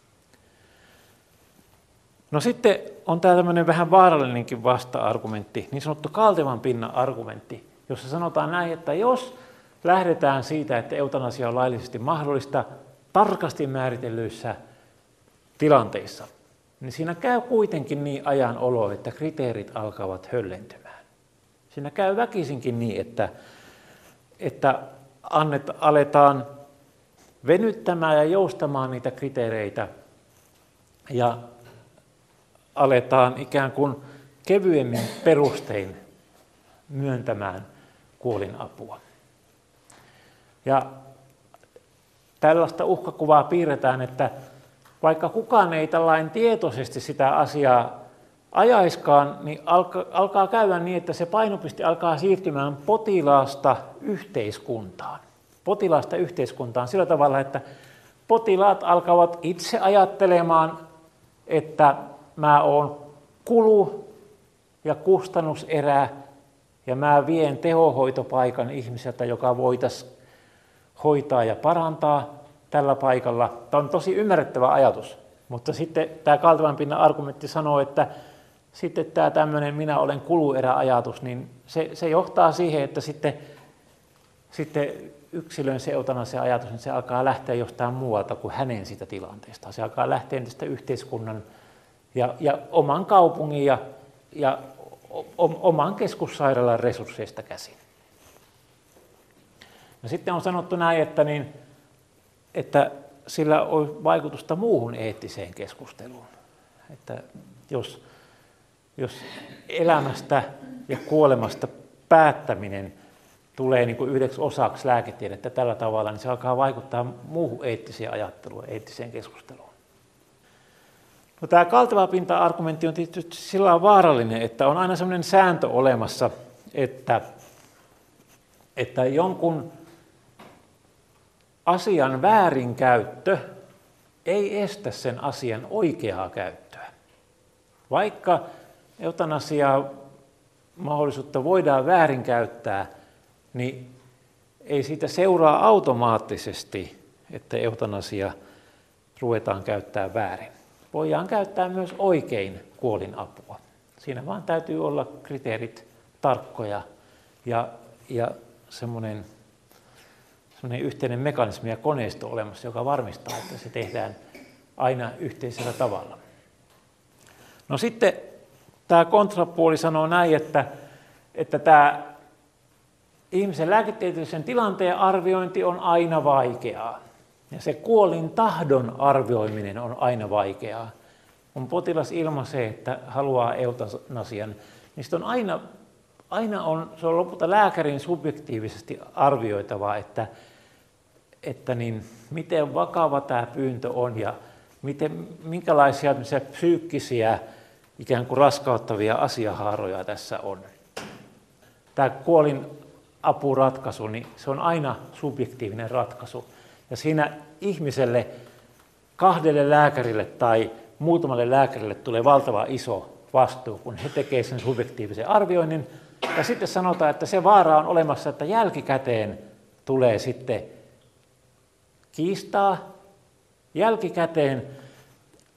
No sitten on tämä tämmöinen vähän vaarallinenkin vasta-argumentti, niin sanottu kaltevan pinnan argumentti, jossa sanotaan näin, että jos lähdetään siitä, että eutanasia on laillisesti mahdollista tarkasti määritellyissä tilanteissa, niin siinä käy kuitenkin niin ajan olo, että kriteerit alkavat höllentymään. Siinä käy väkisinkin niin, että, että annet, aletaan venyttämään ja joustamaan niitä kriteereitä ja aletaan ikään kuin kevyemmin perustein myöntämään kuolinapua. Ja tällaista uhkakuvaa piirretään, että vaikka kukaan ei tällainen tietoisesti sitä asiaa ajaiskaan, niin alka, alkaa käydä niin, että se painopiste alkaa siirtymään potilaasta yhteiskuntaan. Potilaasta yhteiskuntaan sillä tavalla, että potilaat alkavat itse ajattelemaan, että mä oon kulu ja kustannuserä ja mä vien tehohoitopaikan ihmiseltä, joka voitaisiin hoitaa ja parantaa tällä paikalla. Tämä on tosi ymmärrettävä ajatus, mutta sitten tämä kaltevan pinnan argumentti sanoo, että sitten tämä tämmöinen minä olen kuluerä-ajatus, niin se, se johtaa siihen, että sitten, sitten yksilön se eutanasia-ajatus, niin se alkaa lähteä jostain muualta kuin hänen siitä tilanteesta. Se alkaa lähteä tästä yhteiskunnan ja, ja oman kaupungin ja, ja o, oman keskussairaalan resursseista käsin. No sitten on sanottu näin, että, niin, että sillä on vaikutusta muuhun eettiseen keskusteluun. Että jos, jos elämästä ja kuolemasta päättäminen tulee niin kuin yhdeksi osaksi lääketiedettä tällä tavalla, niin se alkaa vaikuttaa muuhun eettiseen ajatteluun, eettiseen keskusteluun. No, tämä kalteva pinta-argumentti on tietysti sillä tavalla vaarallinen, että on aina sellainen sääntö olemassa, että, että jonkun asian väärinkäyttö ei estä sen asian oikeaa käyttöä. Vaikka eutanasiaa mahdollisuutta voidaan väärinkäyttää, niin ei siitä seuraa automaattisesti, että eutanasia ruvetaan käyttämään väärin. Voidaan käyttää myös oikein kuolinapua. Siinä vaan täytyy olla kriteerit tarkkoja ja, ja semmoinen, semmoinen yhteinen mekanismi ja koneisto olemassa, joka varmistaa, että se tehdään aina yhteisellä tavalla. No sitten tämä kontrapuoli sanoo näin, että, että tämä ihmisen lääketieteellisen tilanteen arviointi on aina vaikeaa. Ja se kuolin tahdon arvioiminen on aina vaikeaa. Kun potilas ilmaisee, että haluaa eutanasian, niin on aina, aina on, se on lopulta lääkärin subjektiivisesti arvioitava, että, että niin, miten vakava tämä pyyntö on ja miten, minkälaisia psyykkisiä ikään kuin raskauttavia asiahaaroja tässä on. Tämä kuolin apuratkaisu, niin se on aina subjektiivinen ratkaisu. Ja siinä ihmiselle, kahdelle lääkärille tai muutamalle lääkärille tulee valtava iso vastuu, kun he tekevät sen subjektiivisen arvioinnin. Ja sitten sanotaan, että se vaara on olemassa, että jälkikäteen tulee sitten kiistaa. Jälkikäteen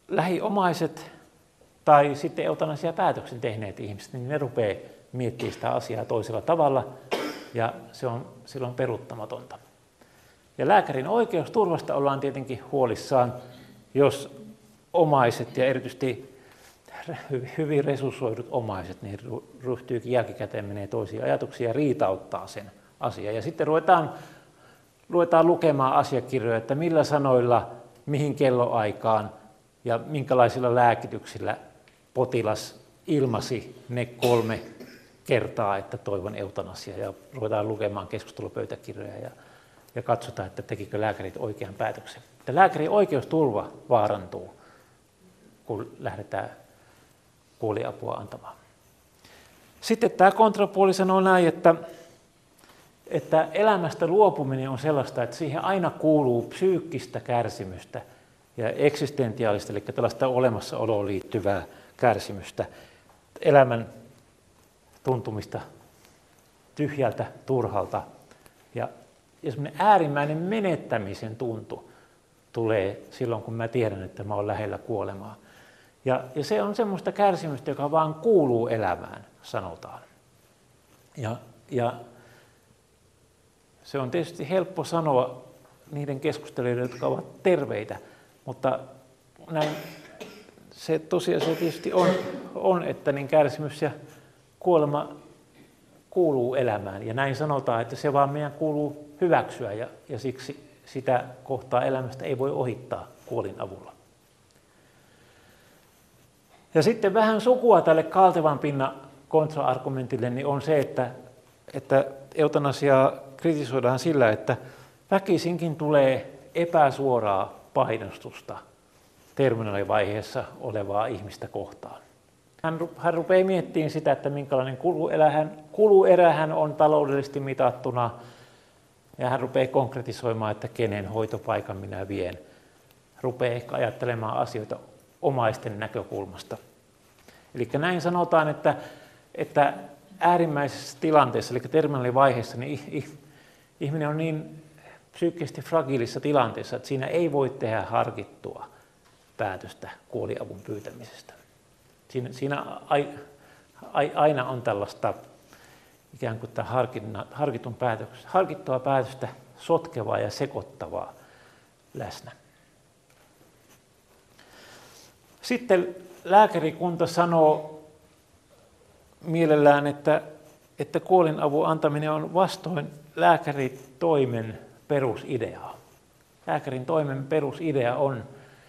lähiomaiset tai sitten eutanasiapäätöksen tehneet ihmiset, niin ne rupeaa miettimään sitä asiaa toisella tavalla ja se on silloin peruuttamatonta. Ja lääkärin oikeusturvasta ollaan tietenkin huolissaan, jos omaiset ja erityisesti hyvin resurssoidut omaiset niin ryhtyykin jälkikäteen menee toisiin ajatuksiin ja riitauttaa sen asian. Ja sitten ruvetaan, ruvetaan lukemaan asiakirjoja, että millä sanoilla, mihin kelloaikaan ja minkälaisilla lääkityksillä potilas ilmasi ne kolme kertaa, että toivon eutanasiaa. Ja ruvetaan lukemaan keskustelupöytäkirjoja ja, ja katsotaan, että tekikö lääkärit oikean päätöksen. Että lääkärin oikeusturva vaarantuu, kun lähdetään kuolinapua antamaan. Sitten tämä kontrapuoli sanoo näin, että, että elämästä luopuminen on sellaista, että siihen aina kuuluu psyykkistä kärsimystä ja eksistentiaalista, eli tällaista olemassaoloon liittyvää kärsimystä, elämän tuntumista tyhjältä, turhalta ja, ja semmoinen äärimmäinen menettämisen tuntu tulee silloin, kun mä tiedän, että mä oon lähellä kuolemaa. Ja, ja se on semmoista kärsimystä, joka vaan kuuluu elämään, sanotaan. Ja, ja se on tietysti helppo sanoa niiden keskustelijoiden, jotka ovat terveitä, mutta näin se tosiasia tietysti on, on että niin kärsimys ja kuolema kuuluu elämään. Ja näin sanotaan, että se vaan meidän kuuluu hyväksyä ja, ja siksi sitä kohtaa elämästä ei voi ohittaa kuolin avulla. Ja sitten vähän sukua tälle kaltevan pinnan kontra-argumentille niin on se, että, että eutanasiaa kritisoidaan sillä, että väkisinkin tulee epäsuoraa painostusta terminaalivaiheessa olevaa ihmistä kohtaan. Hän, hän rupeaa miettimään sitä, että minkälainen kuluerähän, kuluerähän on taloudellisesti mitattuna, ja hän rupeaa konkretisoimaan, että kenen hoitopaikan minä vien. Rupeaa ehkä ajattelemaan asioita omaisten näkökulmasta. Eli näin sanotaan, että, että äärimmäisessä tilanteessa, eli terminaalivaiheessa, niin ihminen on niin psyykkisesti fragiilissa tilanteessa, että siinä ei voi tehdä harkittua päätöstä kuoliavun pyytämisestä. Siinä, siinä aina on tällaista ikään kuin harkitun päätös, harkittua päätöstä sotkevaa ja sekoittavaa läsnä. Sitten lääkärikunta sanoo mielellään, että, että kuolinavun antaminen on vastoin lääkäritoimen perusideaa. Lääkärin toimen perusidea on,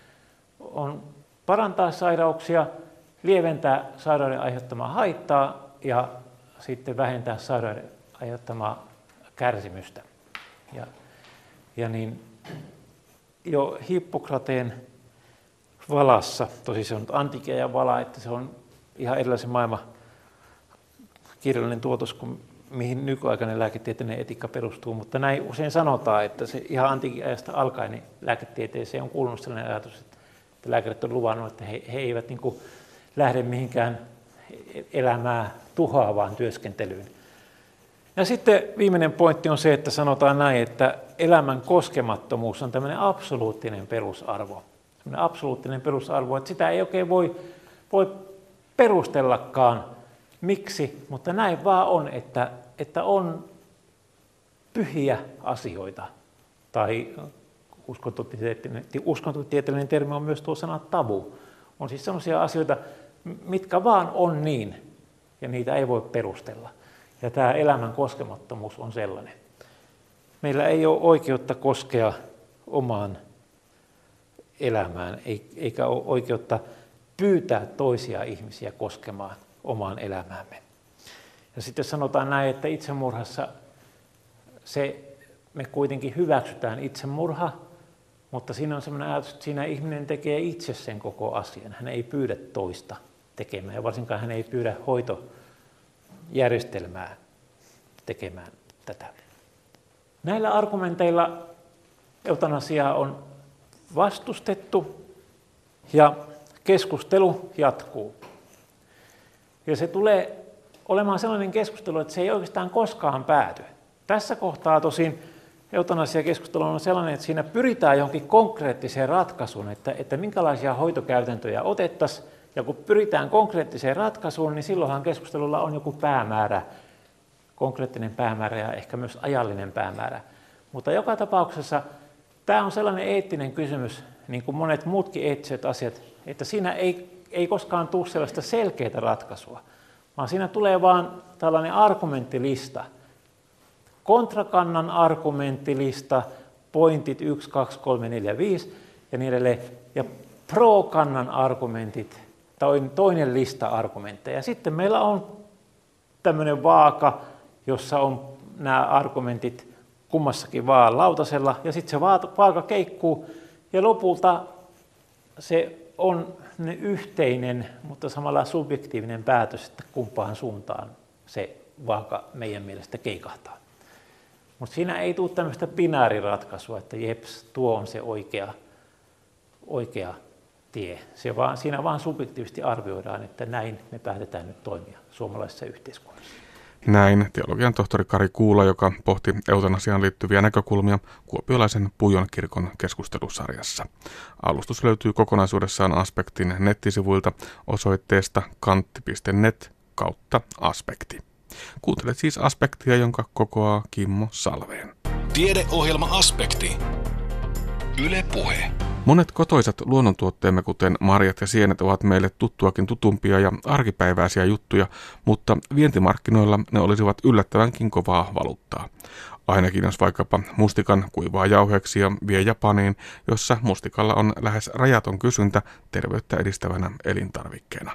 on parantaa sairauksia, lieventää sairauden aiheuttamaa haittaa ja sitten vähentää sairauden aiheuttamaa kärsimystä. Ja, ja niin jo Hippokrateen valassa, tosi se on antiikia ja vala, että se on ihan erilaisen maailman kirjallinen tuotos kuin mihin nykyaikainen lääketieteellinen etiikka perustuu, mutta näin usein sanotaan, että se ihan antiikin ajasta alkaen niin lääketieteeseen on kuulunut sellainen ajatus, että lääkärit on luvannut, että he, he eivät niin kuin lähde mihinkään elämää tuhoavaan työskentelyyn. Ja sitten viimeinen pointti on se, että sanotaan näin, että elämän koskemattomuus on tämmöinen absoluuttinen perusarvo. Sellainen absoluuttinen perusarvo, että sitä ei oikein voi, voi perustellakaan, miksi, mutta näin vaan on, että, että on pyhiä asioita. Tai uskontotieteellinen, uskontotieteellinen termi on myös tuo sana tabu. On siis sellaisia asioita, mitkä vaan on niin, ja niitä ei voi perustella. Ja tämä elämän koskemattomuus on sellainen. Meillä ei ole oikeutta koskea omaan elämään, eikä ole oikeutta pyytää toisia ihmisiä koskemaan omaan elämäämme. Ja sitten sanotaan näin, että itsemurhassa se, me kuitenkin hyväksytään itsemurha, mutta siinä on sellainen ajatus, että siinä ihminen tekee itse sen koko asian. Hän ei pyydä toista tekemään, ja varsinkaan hän ei pyydä hoitojärjestelmää tekemään tätä. Näillä argumenteilla eutanasiaa on vastustettu ja keskustelu jatkuu. Ja se tulee olemaan sellainen keskustelu, että se ei oikeastaan koskaan pääty. Tässä kohtaa tosin eutanasiakeskustelu on sellainen, että siinä pyritään johonkin konkreettiseen ratkaisuun, että, että minkälaisia hoitokäytäntöjä otettaisiin. Ja kun pyritään konkreettiseen ratkaisuun, niin silloinhan keskustelulla on joku päämäärä, konkreettinen päämäärä ja ehkä myös ajallinen päämäärä. Mutta joka tapauksessa tämä on sellainen eettinen kysymys, niin kuin monet muutkin eettiset asiat, että siinä ei, ei koskaan tule sellaista selkeää ratkaisua, vaan siinä tulee vaan tällainen argumenttilista. Kontrakannan argumenttilista, pointit yksi, kaksi, kolme, neljä, viisi ja niin edelleen. Ja pro-kannan argumentit, toinen lista argumentteja. Sitten meillä on tämmöinen vaaka, jossa on nämä argumentit kummassakin vaan lautasella, ja sitten se vaaka keikkuu, ja lopulta se on ne yhteinen, mutta samalla subjektiivinen päätös, että kumpaan suuntaan se vaaka meidän mielestä keikahtaa. Mutta siinä ei tule tämmöistä binääriratkaisua, että jeps, tuo on se oikea, oikea tie. Se vaan, siinä vaan subjektiivisesti arvioidaan, että näin me päätetään nyt toimia suomalaisessa yhteiskunnassa. Näin teologian tohtori Kari Kuula, joka pohti eutanasiaan liittyviä näkökulmia kuopiolaisen Pujon kirkon keskustelusarjassa. Alustus löytyy kokonaisuudessaan Aspektin nettisivuilta osoitteesta kantti piste net kautta aspekti. Kuuntelet siis Aspektia, jonka kokoaa Kimmo Salveen. Tiedeohjelma Aspekti. Yle Puhe. Monet kotoisat luonnontuotteemme, kuten marjat ja sienet, ovat meille tuttuakin tutumpia ja arkipäiväisiä juttuja, mutta vientimarkkinoilla ne olisivat yllättävänkin kovaa valuuttaa. Ainakin jos vaikkapa mustikan kuivaa jauheeksi ja vie Japaniin, jossa mustikalla on lähes rajaton kysyntä terveyttä edistävänä elintarvikkeena.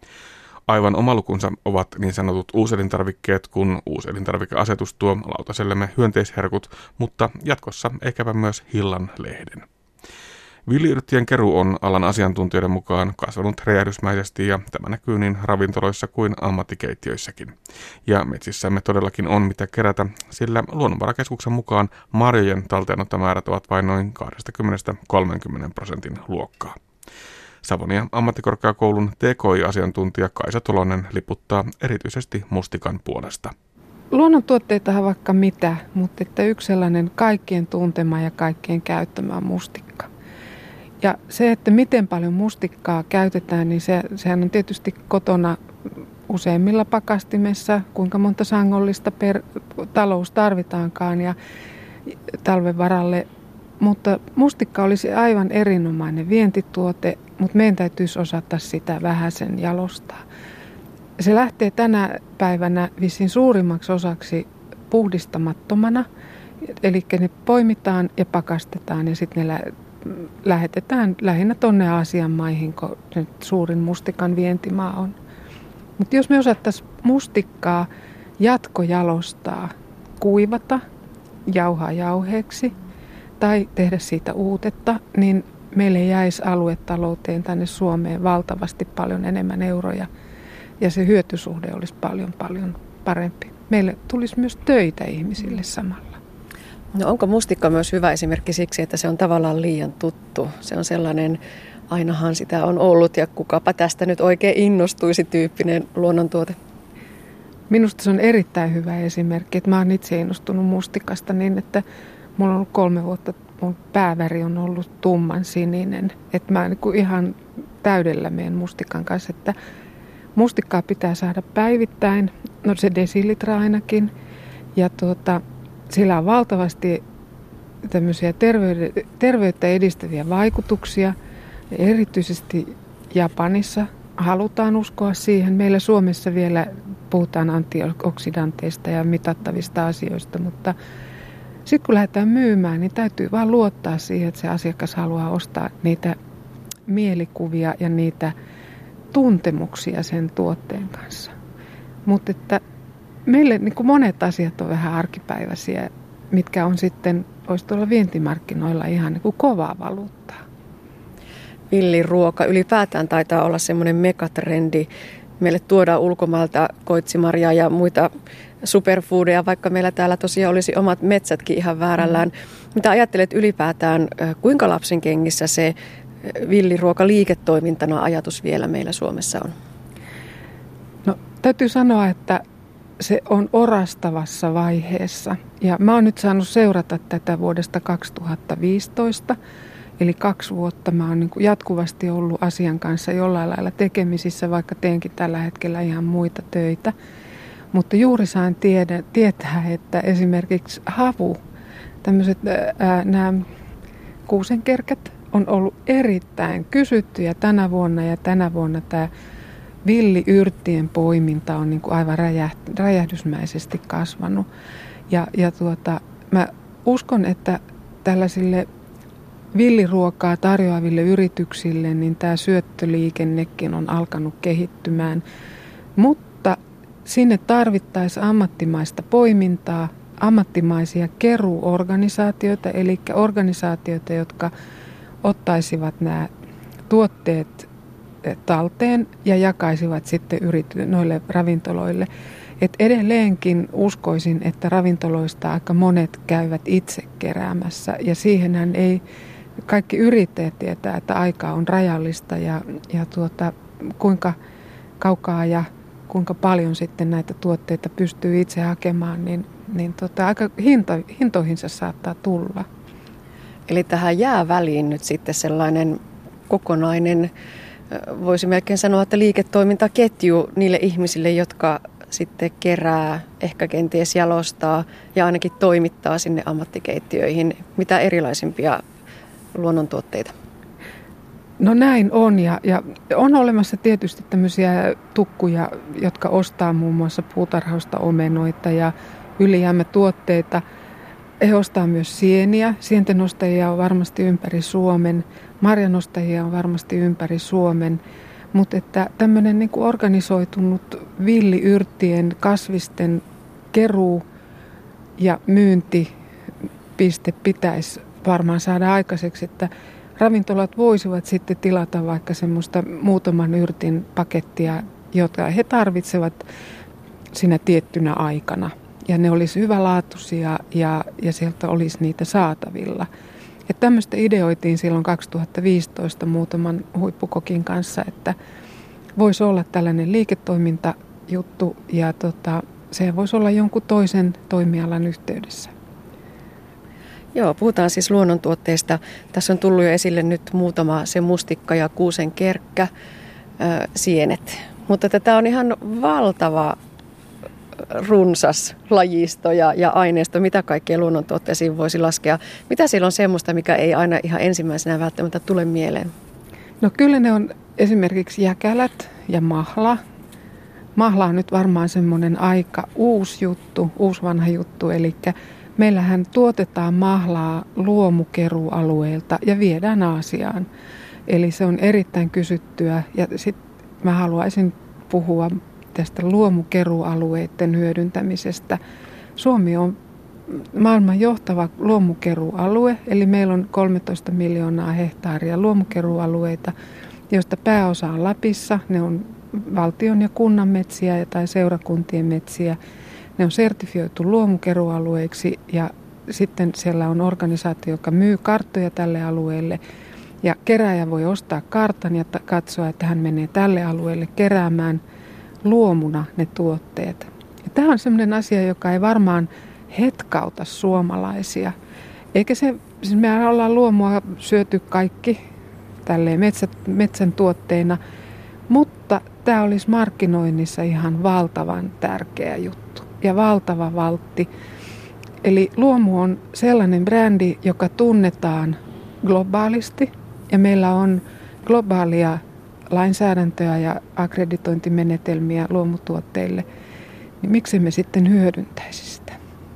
Aivan oma lukunsa ovat niin sanotut uuselintarvikkeet, kun uuselintarvikeasetus tuo lautasellemme hyönteisherkut, mutta jatkossa ehkäpä myös hillan lehden. Villiyrttien keruu on alan asiantuntijoiden mukaan kasvanut räjähdysmäisesti ja tämä näkyy niin ravintoloissa kuin ammattikeittiöissäkin. Ja metsissämme todellakin on mitä kerätä, sillä Luonnonvarakeskuksen mukaan marjojen talteenottomäärät ovat vain noin kaksikymmentä kolmekymmentä prosentin luokkaa. Savonia ammattikorkeakoulun T K I-asiantuntija Kaisa Tolonen liputtaa erityisesti mustikan puolesta. Luonnontuotteitahan vaikka mitä, mutta että yksi sellainen kaikkien tuntema ja kaikkien käyttämä on mustikka. Ja se, että miten paljon mustikkaa käytetään, niin se, sehän on tietysti kotona useimmilla pakastimessa, kuinka monta sangollista per talous tarvitaankaan ja talven varalle. Mutta mustikka olisi aivan erinomainen vientituote, mutta meidän täytyisi osata sitä vähäsen jalostaa. Se lähtee tänä päivänä vissiin suurimmaksi osaksi puhdistamattomana, eli ne poimitaan ja pakastetaan ja sitten ne lä- lähetetään lähinnä tuonne Aasian maihin, kun suurin mustikan vientimaa on. Mutta jos me osattaisiin mustikkaa jatkojalostaa, kuivata, jauhaa jauheeksi tai tehdä siitä uutetta, niin meille jäisi aluetalouteen tänne Suomeen valtavasti paljon enemmän euroja ja se hyötysuhde olisi paljon paljon parempi. Meille tulisi myös töitä ihmisille samalla. No onko mustikka myös hyvä esimerkki siksi, että se on tavallaan liian tuttu? Se on sellainen, ainahan sitä on ollut ja kukapa tästä nyt oikein innostuisi tyyppinen luonnontuote. Minusta se on erittäin hyvä esimerkki, että mä oon itse innostunut mustikasta niin, että mulla on ollut kolme vuotta, mun pääväri on ollut tumman sininen. Että mä niin ihan täydellä meidän mustikan kanssa, että mustikkaa pitää saada päivittäin, no se desilitra ainakin. Ja tuota, sillä on valtavasti tämmöisiä terveyde- terveyttä edistäviä vaikutuksia. Erityisesti Japanissa halutaan uskoa siihen. Meillä Suomessa vielä puhutaan antioksidanteista ja mitattavista asioista, mutta sitten kun lähdetään myymään, niin täytyy vaan luottaa siihen, että se asiakas haluaa ostaa niitä mielikuvia ja niitä tuntemuksia sen tuotteen kanssa. Mutta että meille niin kuin monet asiat on vähän arkipäiväisiä, mitkä on sitten, voisi tuolla vientimarkkinoilla ihan niin kuin kovaa valuuttaa. Villiruoka ylipäätään taitaa olla semmoinen megatrendi. Meille tuodaan ulkomailta koitsimarjaa ja muita superfoodeja, vaikka meillä täällä tosiaan olisi omat metsätkin ihan väärällään. Mm. Mitä ajattelet ylipäätään, kuinka lapsen kengissä se villiruoka liiketoimintana ajatus vielä meillä Suomessa on? No täytyy sanoa, että se on orastavassa vaiheessa. Ja mä oon nyt saanut seurata tätä vuodesta kaksituhattaviisitoista, eli kaksi vuotta mä oon niin kuin jatkuvasti ollut asian kanssa jollain lailla tekemisissä, vaikka teenkin tällä hetkellä ihan muita töitä. Mutta juuri sain tiedä, tietää, että esimerkiksi havu, tämmöiset nämä kuusenkerkät on ollut erittäin kysyttyjä tänä vuonna, ja tänä vuonna tämä villiyrttien poiminta on niin kuin aivan räjähdysmäisesti kasvanut. Ja, ja tuota, mä uskon, että tällaisille villiruokaa tarjoaville yrityksille niin tämä syöttöliikennekin on alkanut kehittymään, mutta sinne tarvittaisiin ammattimaista poimintaa, ammattimaisia keruuorganisaatioita, eli organisaatioita, jotka ottaisivat nämä tuotteet talteen ja jakaisivat sitten yrity- noille ravintoloille. Et edelleenkin uskoisin, että ravintoloista aika monet käyvät itse keräämässä, ja siihenhän ei kaikki yrittäjät tietää, että aika on rajallista ja, ja tuota, kuinka kaukaa ja kuinka paljon sitten näitä tuotteita pystyy itse hakemaan, niin, niin tota, aika hinto, hintoihinsa saattaa tulla. Eli tähän jää väliin nyt sitten sellainen kokonainen, voisi melkein sanoa, että liiketoimintaketju niille ihmisille, jotka sitten kerää, ehkä kenties jalostaa ja ainakin toimittaa sinne ammattikeittiöihin mitä erilaisimpia luonnontuotteita. No näin on, ja, ja on olemassa tietysti tämmöisiä tukkuja, jotka ostaa muun muassa puutarhausta omenoita ja ylijäämätuotteita. He ostaa myös sieniä. Sientenostajia on varmasti ympäri Suomen. Marjanostajia on varmasti ympäri Suomen. Mutta että tämmöinen niin kuin organisoitunut villiyrttien, kasvisten keruu ja myyntipiste pitäisi varmaan saada aikaiseksi, että ravintolat voisivat sitten tilata vaikka semmoista muutaman yrtin pakettia, jota he tarvitsevat siinä tiettynä aikana. Ja ne olisi hyvälaatuisia ja, ja sieltä olisi niitä saatavilla. Ja tämmöistä ideoitiin silloin kaksituhattaviisitoista muutaman huippukokin kanssa, että voisi olla tällainen liiketoimintajuttu ja tota, se voisi olla jonkun toisen toimialan yhteydessä. Joo, puhutaan siis luonnontuotteista. Tässä on tullut jo esille nyt muutama se mustikka ja kuusenkerkkä, äh, sienet. Mutta tätä on ihan valtava runsas lajisto ja, ja aineisto, mitä kaikkea luonnontuotteisiin voisi laskea. Mitä siellä on semmoista, mikä ei aina ihan ensimmäisenä välttämättä tule mieleen? No kyllä ne on esimerkiksi jäkälät ja mahla. Mahla on nyt varmaan semmoinen aika uusi juttu, uusi vanha juttu, eli meillähän tuotetaan mahlaa luomukeruualueelta ja viedään Aasiaan. Eli se on erittäin kysyttyä, ja sitten mä haluaisin puhua tästä luomukeruualueiden hyödyntämisestä. Suomi on maailman johtava luomukeruualue, eli meillä on kolmetoista miljoonaa hehtaaria luomukeruualueita, joista pääosa on Lapissa. Ne on valtion ja kunnan metsiä tai seurakuntien metsiä. Ne on sertifioitu luomukeruualueiksi, ja sitten siellä on organisaatio, joka myy karttoja tälle alueelle. Ja kerääjä voi ostaa kartan ja katsoa, että hän menee tälle alueelle keräämään luomuna ne tuotteet. Ja tämä on sellainen asia, joka ei varmaan hetkauta suomalaisia. Eikä se, siis me ollaan luomua syöty kaikki tälleen metsät, metsän tuotteina, mutta tämä olisi markkinoinnissa ihan valtavan tärkeä juttu ja valtava valtti. Eli luomu on sellainen brändi, joka tunnetaan globaalisti, ja meillä on globaalia lainsäädäntöä ja akkreditointimenetelmiä luomutuotteille, niin miksi me sitten hyödyntäisi sitä?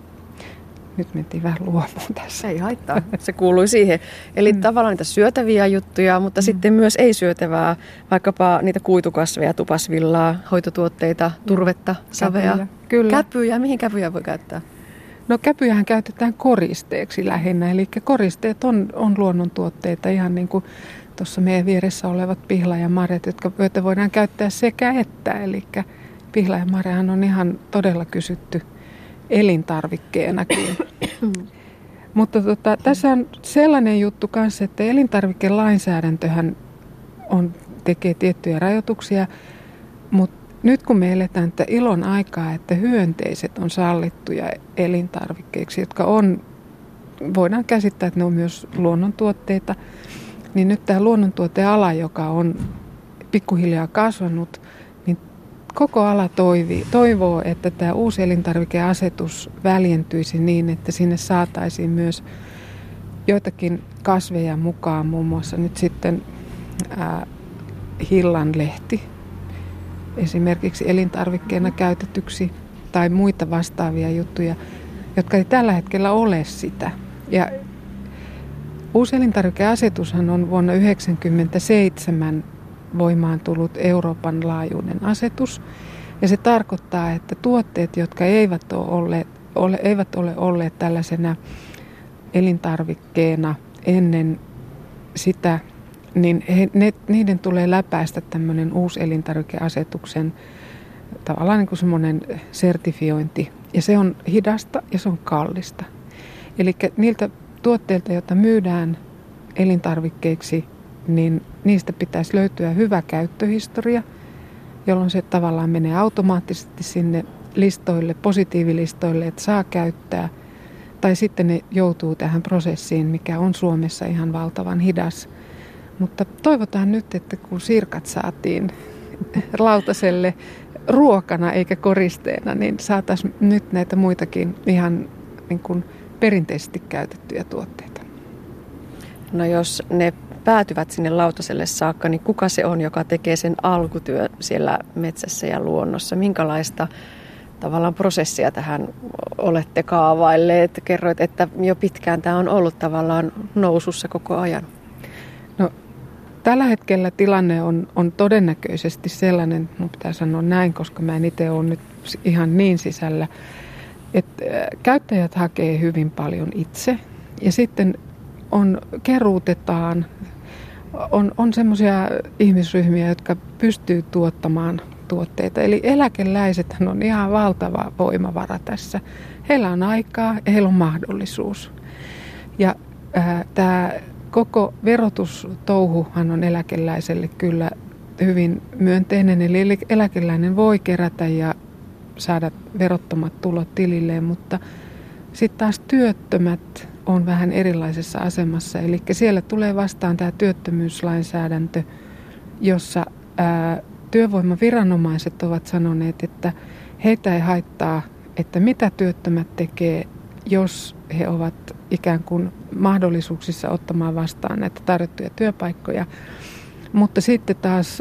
Nyt mentiin vähän luomuun tässä. Ei haittaa, se kuului siihen. Eli mm. tavallaan niitä syötäviä juttuja, mutta mm. sitten myös ei-syötävää, vaikkapa niitä kuitukasveja, tupasvillaa, hoitotuotteita, turvetta, savea. Käpyjä. Kyllä. Käpyjä, mihin käpyjä voi käyttää? No käpyjähän käytetään koristeeksi lähinnä, eli koristeet on, on luonnontuotteita, ihan niin kuin tuossa meidän vieressä olevat pihla ja marjat, jotka, joita voidaan käyttää sekä että. Eli pihla ja marjahan on ihan todella kysytty elintarvikkeenakin. Mutta tota, tässä on sellainen juttu kanssa, että elintarvikelainsäädäntöhän on, tekee tiettyjä rajoituksia, mutta nyt kun me eletään tätä ilon aikaa, että hyönteiset on sallittuja elintarvikkeiksi, jotka on, voidaan käsittää, että ne on myös luonnontuotteita, niin nyt tämä luonnontuoteala, joka on pikkuhiljaa kasvanut, niin koko ala toivi, toivoo, että tämä uusi elintarvikeasetus väljentyisi niin, että sinne saataisiin myös joitakin kasveja mukaan, muun muassa nyt sitten ää, hillanlehti esimerkiksi elintarvikkeena käytetyksi tai muita vastaavia juttuja, jotka ei tällä hetkellä ole sitä. Ja uusi elintarvikeasetushan on vuonna yhdeksänkymmentäseitsemän voimaan tullut Euroopan laajuinen asetus. Ja se tarkoittaa, että tuotteet, jotka eivät ole olleet, ole, eivät ole olleet tällaisena elintarvikkeena ennen sitä, niin he, ne, niiden tulee läpäistä tämmöinen uusi elintarvikeasetuksen tavallaan niin kuin semmoinen sertifiointi. Ja se on hidasta ja se on kallista. Eli niiltä tuotteilta, joita myydään elintarvikkeiksi, niin niistä pitäisi löytyä hyvä käyttöhistoria, jolloin se tavallaan menee automaattisesti sinne listoille, positiivilistoille, että saa käyttää. Tai sitten ne joutuu tähän prosessiin, mikä on Suomessa ihan valtavan hidas. Mutta toivotaan nyt, että kun sirkat saatiin lautaselle ruokana eikä koristeena, niin saataisiin nyt näitä muitakin ihan niin kuin perinteisesti käytettyjä tuotteita. No jos ne päätyvät sinne lautaselle saakka, niin kuka se on, joka tekee sen alkutyö siellä metsässä ja luonnossa? Minkälaista tavallaan prosessia tähän olette kaavailleet? Kerroit, että jo pitkään tämä on ollut tavallaan nousussa koko ajan. No, tällä hetkellä tilanne on, on todennäköisesti sellainen, minun pitää sanoa näin, koska mä en itse ole nyt ihan niin sisällä, että käyttäjät hakee hyvin paljon itse ja sitten on, keruutetaan, on, on semmoisia ihmisryhmiä, jotka pystyy tuottamaan tuotteita. Eli eläkeläisethän on ihan valtava voimavara tässä. Heillä on aikaa ja heillä on mahdollisuus. Ja ää, tämä koko verotustouhuhan on eläkeläiselle kyllä hyvin myönteinen. Eli eläkeläinen voi kerätä ja saada verottomat tulot tililleen, mutta sitten taas työttömät on vähän erilaisessa asemassa. Eli siellä tulee vastaan tämä työttömyyslainsäädäntö, jossa ää, työvoimaviranomaiset ovat sanoneet, että heitä ei haittaa, että mitä työttömät tekee, jos he ovat ikään kuin mahdollisuuksissa ottamaan vastaan näitä tarjottuja työpaikkoja. Mutta sitten taas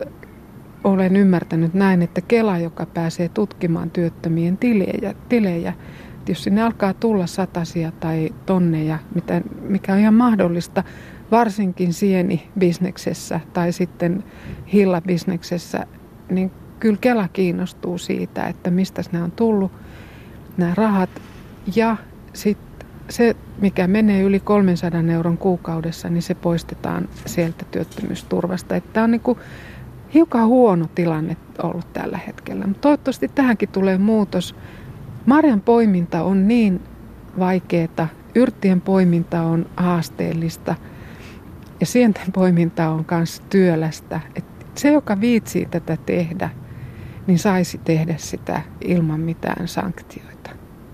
olen ymmärtänyt näin, että Kela, joka pääsee tutkimaan työttömien tilejä, tilejä jos sinne alkaa tulla satasia tai tonneja, mikä on ihan mahdollista, varsinkin sienibisneksessä tai sitten hillabisneksessä, niin kyllä Kela kiinnostuu siitä, että mistä nämä on tullut, nämä rahat. Ja sitten se, mikä menee yli kolmensadan euron kuukaudessa, niin se poistetaan sieltä työttömyysturvasta. Että tämä on niin kuin hiukan huono tilanne ollut tällä hetkellä, mutta toivottavasti tähänkin tulee muutos. Marjan poiminta on niin vaikeaa, yrttien poiminta on haasteellista ja sienten poiminta on myös työlästä. Et se, joka viitsii tätä tehdä, niin saisi tehdä sitä ilman mitään sanktioita.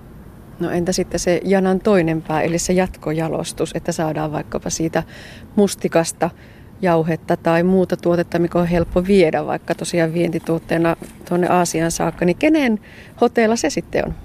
No entä sitten se janan toinen pää, eli se jatkojalostus, että saadaan vaikkapa siitä mustikasta jauhetta tai muuta tuotetta, mikä on helppo viedä vaikka tosiaan vientituotteena tuonne Aasiaan saakka, niin kenen hoteilla se sitten on?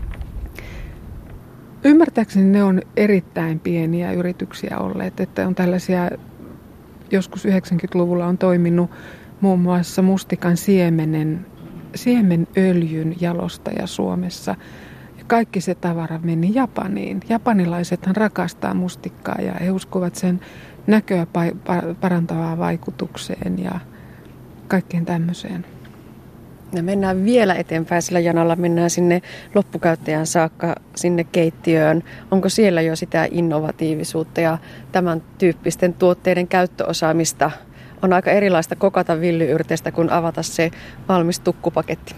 Ymmärtääkseni ne on erittäin pieniä yrityksiä olleet, että on tällaisia, joskus yhdeksänkymmentäluvulla on toiminut muun muassa mustikan siemenen, siemenöljyn jalostaja Suomessa. Ja kaikki se tavara meni Japaniin. Japanilaisethan rakastaa mustikkaa ja he uskovat sen näköä parantavaan vaikutukseen ja kaikkeen tämmöiseen. Ja mennään vielä eteenpäin sillä janalla, mennään sinne loppukäyttäjän saakka, sinne keittiöön. Onko siellä jo sitä innovatiivisuutta ja tämän tyyppisten tuotteiden käyttöosaamista? On aika erilaista kokata villiyrteistä kuin avata se valmis tukkupaketti.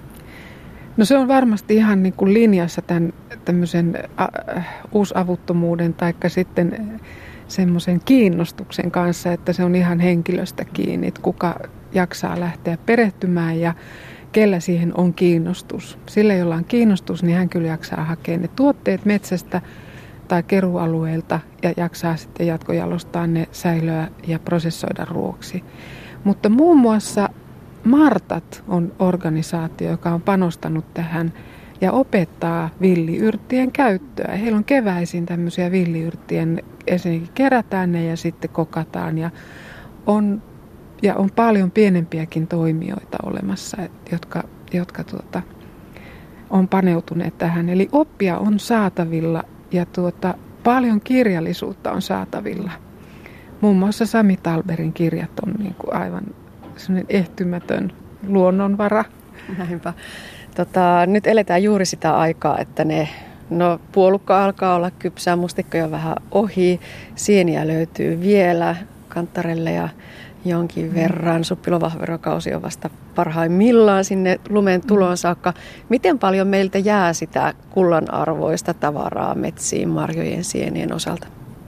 No se on varmasti ihan niin kuin linjassa tämän tämmöisen uusavuttomuuden taikka sitten semmoisen kiinnostuksen kanssa, että se on ihan henkilöstä kiinni, että kuka jaksaa lähteä perehtymään ja, kellä siihen on kiinnostus. Sillä, jolla on kiinnostus, niin hän kyllä jaksaa hakea ne tuotteet metsästä tai kerualueelta ja jaksaa sitten jatkojalostaa ne säilöä ja prosessoida ruoksi. Mutta muun muassa Martat on organisaatio, joka on panostanut tähän ja opettaa villiyrttien käyttöä. Heillä on keväisin tämmöisiä villiyrttien, ensinnäkin kerätään ne ja sitten kokataan. Ja on, ja on paljon pienempiäkin toimijoita olemassa, jotka, jotka tuota, on paneutuneet tähän. Eli oppia on saatavilla ja tuota, paljon kirjallisuutta on saatavilla. Muun muassa Sami Talberin kirjat on niin kuin aivan sellainen ehtymätön luonnonvara. Näinpä. Tota, nyt eletään juuri sitä aikaa, että ne, no puolukka alkaa olla kypsää, mustikka jo vähän ohi, sieniä löytyy vielä kanttarelle ja jonkin verran. Suppilovahverokausi on vasta parhaimmillaan sinne lumen tuloon saakka. Miten paljon meiltä jää sitä kullanarvoista tavaraa metsiin marjojen sienien osalta?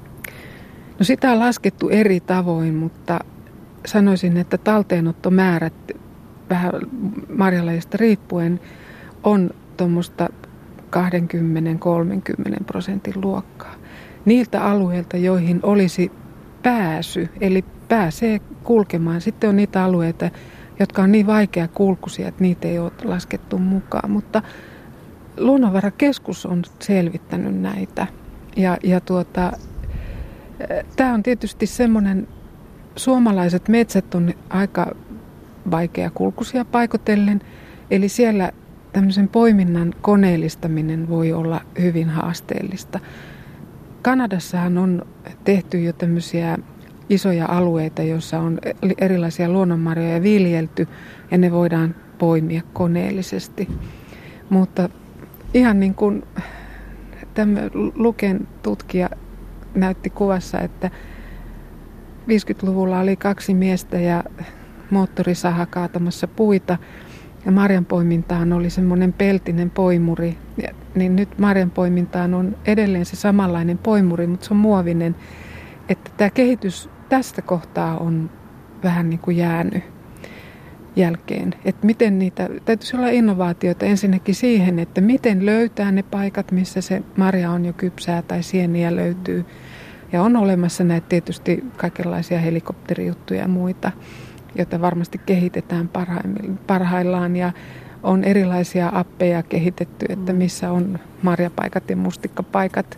No sitä on laskettu eri tavoin, mutta sanoisin, että talteenottomäärät vähän marjalajista riippuen on tuommoista kaksikymmentä kolmekymmentä prosentin luokkaa. Niiltä alueilta, joihin olisi pääsy, eli pääsee kulkemaan. Sitten on niitä alueita, jotka on niin vaikea kulkuisia, että niitä ei ole laskettu mukaan. Mutta Luonnonvarakeskus on selvittänyt näitä. Ja, ja tuota, tämä on tietysti semmoinen, suomalaiset metsät on aika vaikea kulkuisia paikotellen, eli siellä tämmöisen poiminnan koneellistaminen voi olla hyvin haasteellista. Kanadassahan on tehty jo tämmöisiä isoja alueita, joissa on erilaisia luonnonmarjoja viljelty ja ne voidaan poimia koneellisesti. Mutta ihan niin kuin tämä Luken tutkija näytti kuvassa, että viisikymmentäluvulla oli kaksi miestä ja moottorisaha kaatamassa puita ja marjanpoimintaan oli semmoinen peltinen poimuri. Ja, niin nyt marjanpoimintaan on edelleen se samanlainen poimuri, mutta se on muovinen. Että tämä kehitys tästä kohtaa on vähän niin kuin jäänyt jälkeen. Että miten niitä, täytyisi olla innovaatioita ensinnäkin siihen, että miten löytää ne paikat, missä se marja on jo kypsää tai sieniä löytyy. Ja on olemassa näitä tietysti kaikenlaisia helikopterijuttuja ja muita, joita varmasti kehitetään parhaillaan. Ja on erilaisia appeja kehitetty, että missä on marjapaikat ja mustikkapaikat.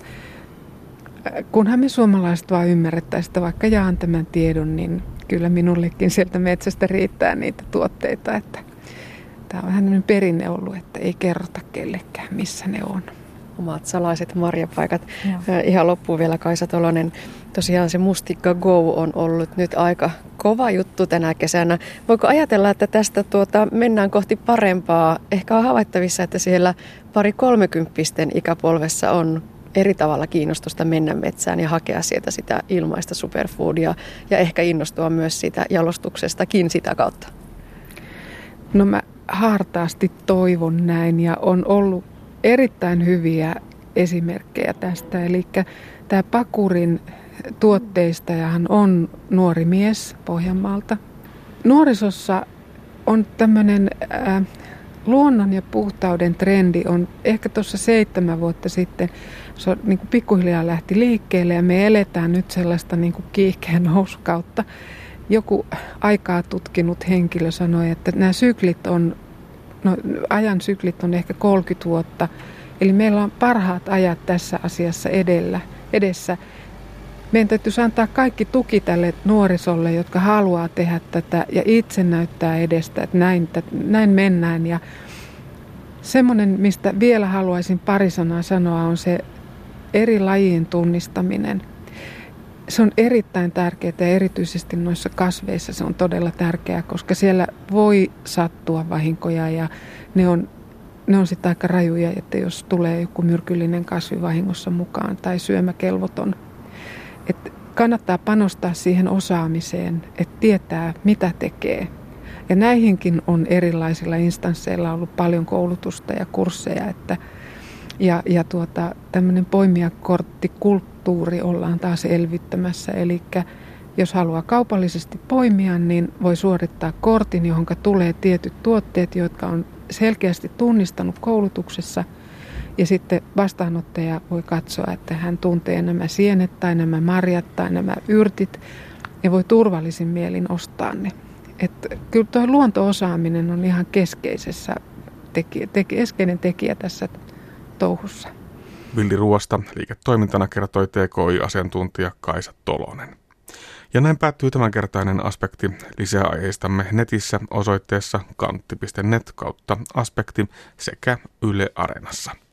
Kunhan me suomalaiset vaan ymmärrettäisiin, että vaikka jaan tämän tiedon, niin kyllä minullekin sieltä metsästä riittää niitä tuotteita. Että tämä on vähän sellainen perinne ollut, että ei kerrota kellekään, missä ne on. Omat salaiset marjapaikat. Joo. Ihan loppuun vielä Kaisa Tolonen. Tosiaan se Mustikka Go on ollut nyt aika kova juttu tänä kesänä. Voiko ajatella, että tästä tuota, mennään kohti parempaa? Ehkä on havaittavissa, että siellä pari kolmekymppisten ikäpolvessa on eri tavalla kiinnostusta mennä metsään ja hakea sieltä sitä ilmaista superfoodia ja ehkä innostua myös siitä jalostuksestakin sitä kautta. No mä hartaasti toivon näin ja on ollut erittäin hyviä esimerkkejä tästä. Eli tämä Pakurin tuotteistajahan on nuori mies Pohjanmaalta. Nuorisossa on tämmöinen äh, luonnon ja puhtauden trendi on ehkä tuossa seitsemän vuotta sitten. Se on, niin kuin pikkuhiljaa lähti liikkeelle ja me eletään nyt sellaista niin kuin kiihkeän nousukautta. Joku aikaa tutkinut henkilö sanoi, että nämä syklit on, no, ajan syklit on ehkä kolmekymmentä vuotta. Eli meillä on parhaat ajat tässä asiassa edellä, edessä. Meidän täytyisi antaa kaikki tuki tälle nuorisolle, jotka haluaa tehdä tätä ja itse näyttää edestä, että näin, näin mennään. Ja semmoinen, mistä vielä haluaisin pari sanaa sanoa, on se eri lajien tunnistaminen. Se on erittäin tärkeää ja erityisesti noissa kasveissa se on todella tärkeää, koska siellä voi sattua vahinkoja ja ne on, ne on sitten aika rajuja, että jos tulee joku myrkyllinen kasvi vahingossa mukaan tai syömäkelvoton. Että kannattaa panostaa siihen osaamiseen, että tietää mitä tekee. Ja näihinkin on erilaisilla instansseilla ollut paljon koulutusta ja kursseja, että ja, ja tuota, tämmöinen poimijakorttikulttuuri ollaan taas elvyttämässä. Eli Jos haluaa kaupallisesti poimia, niin voi suorittaa kortin, johon tulee tietyt tuotteet, jotka on selkeästi tunnistanut koulutuksessa. Ja sitten vastaanottaja voi katsoa, että hän tuntee nämä sienet tai nämä marjat tai nämä yrtit ja voi turvallisin mielin ostaa ne. Että kyllä tuo luonto-osaaminen on ihan keskeisessä tekijä, te, keskeinen tekijä tässä touhussa. Villiruoasta liiketoimintana kertoi T K I-asiantuntija Kaisa Tolonen. Ja näin päättyy tämänkertainen aspekti. Lisää aiheistamme netissä osoitteessa kantti piste net kautta aspekti sekä Yle Areenassa.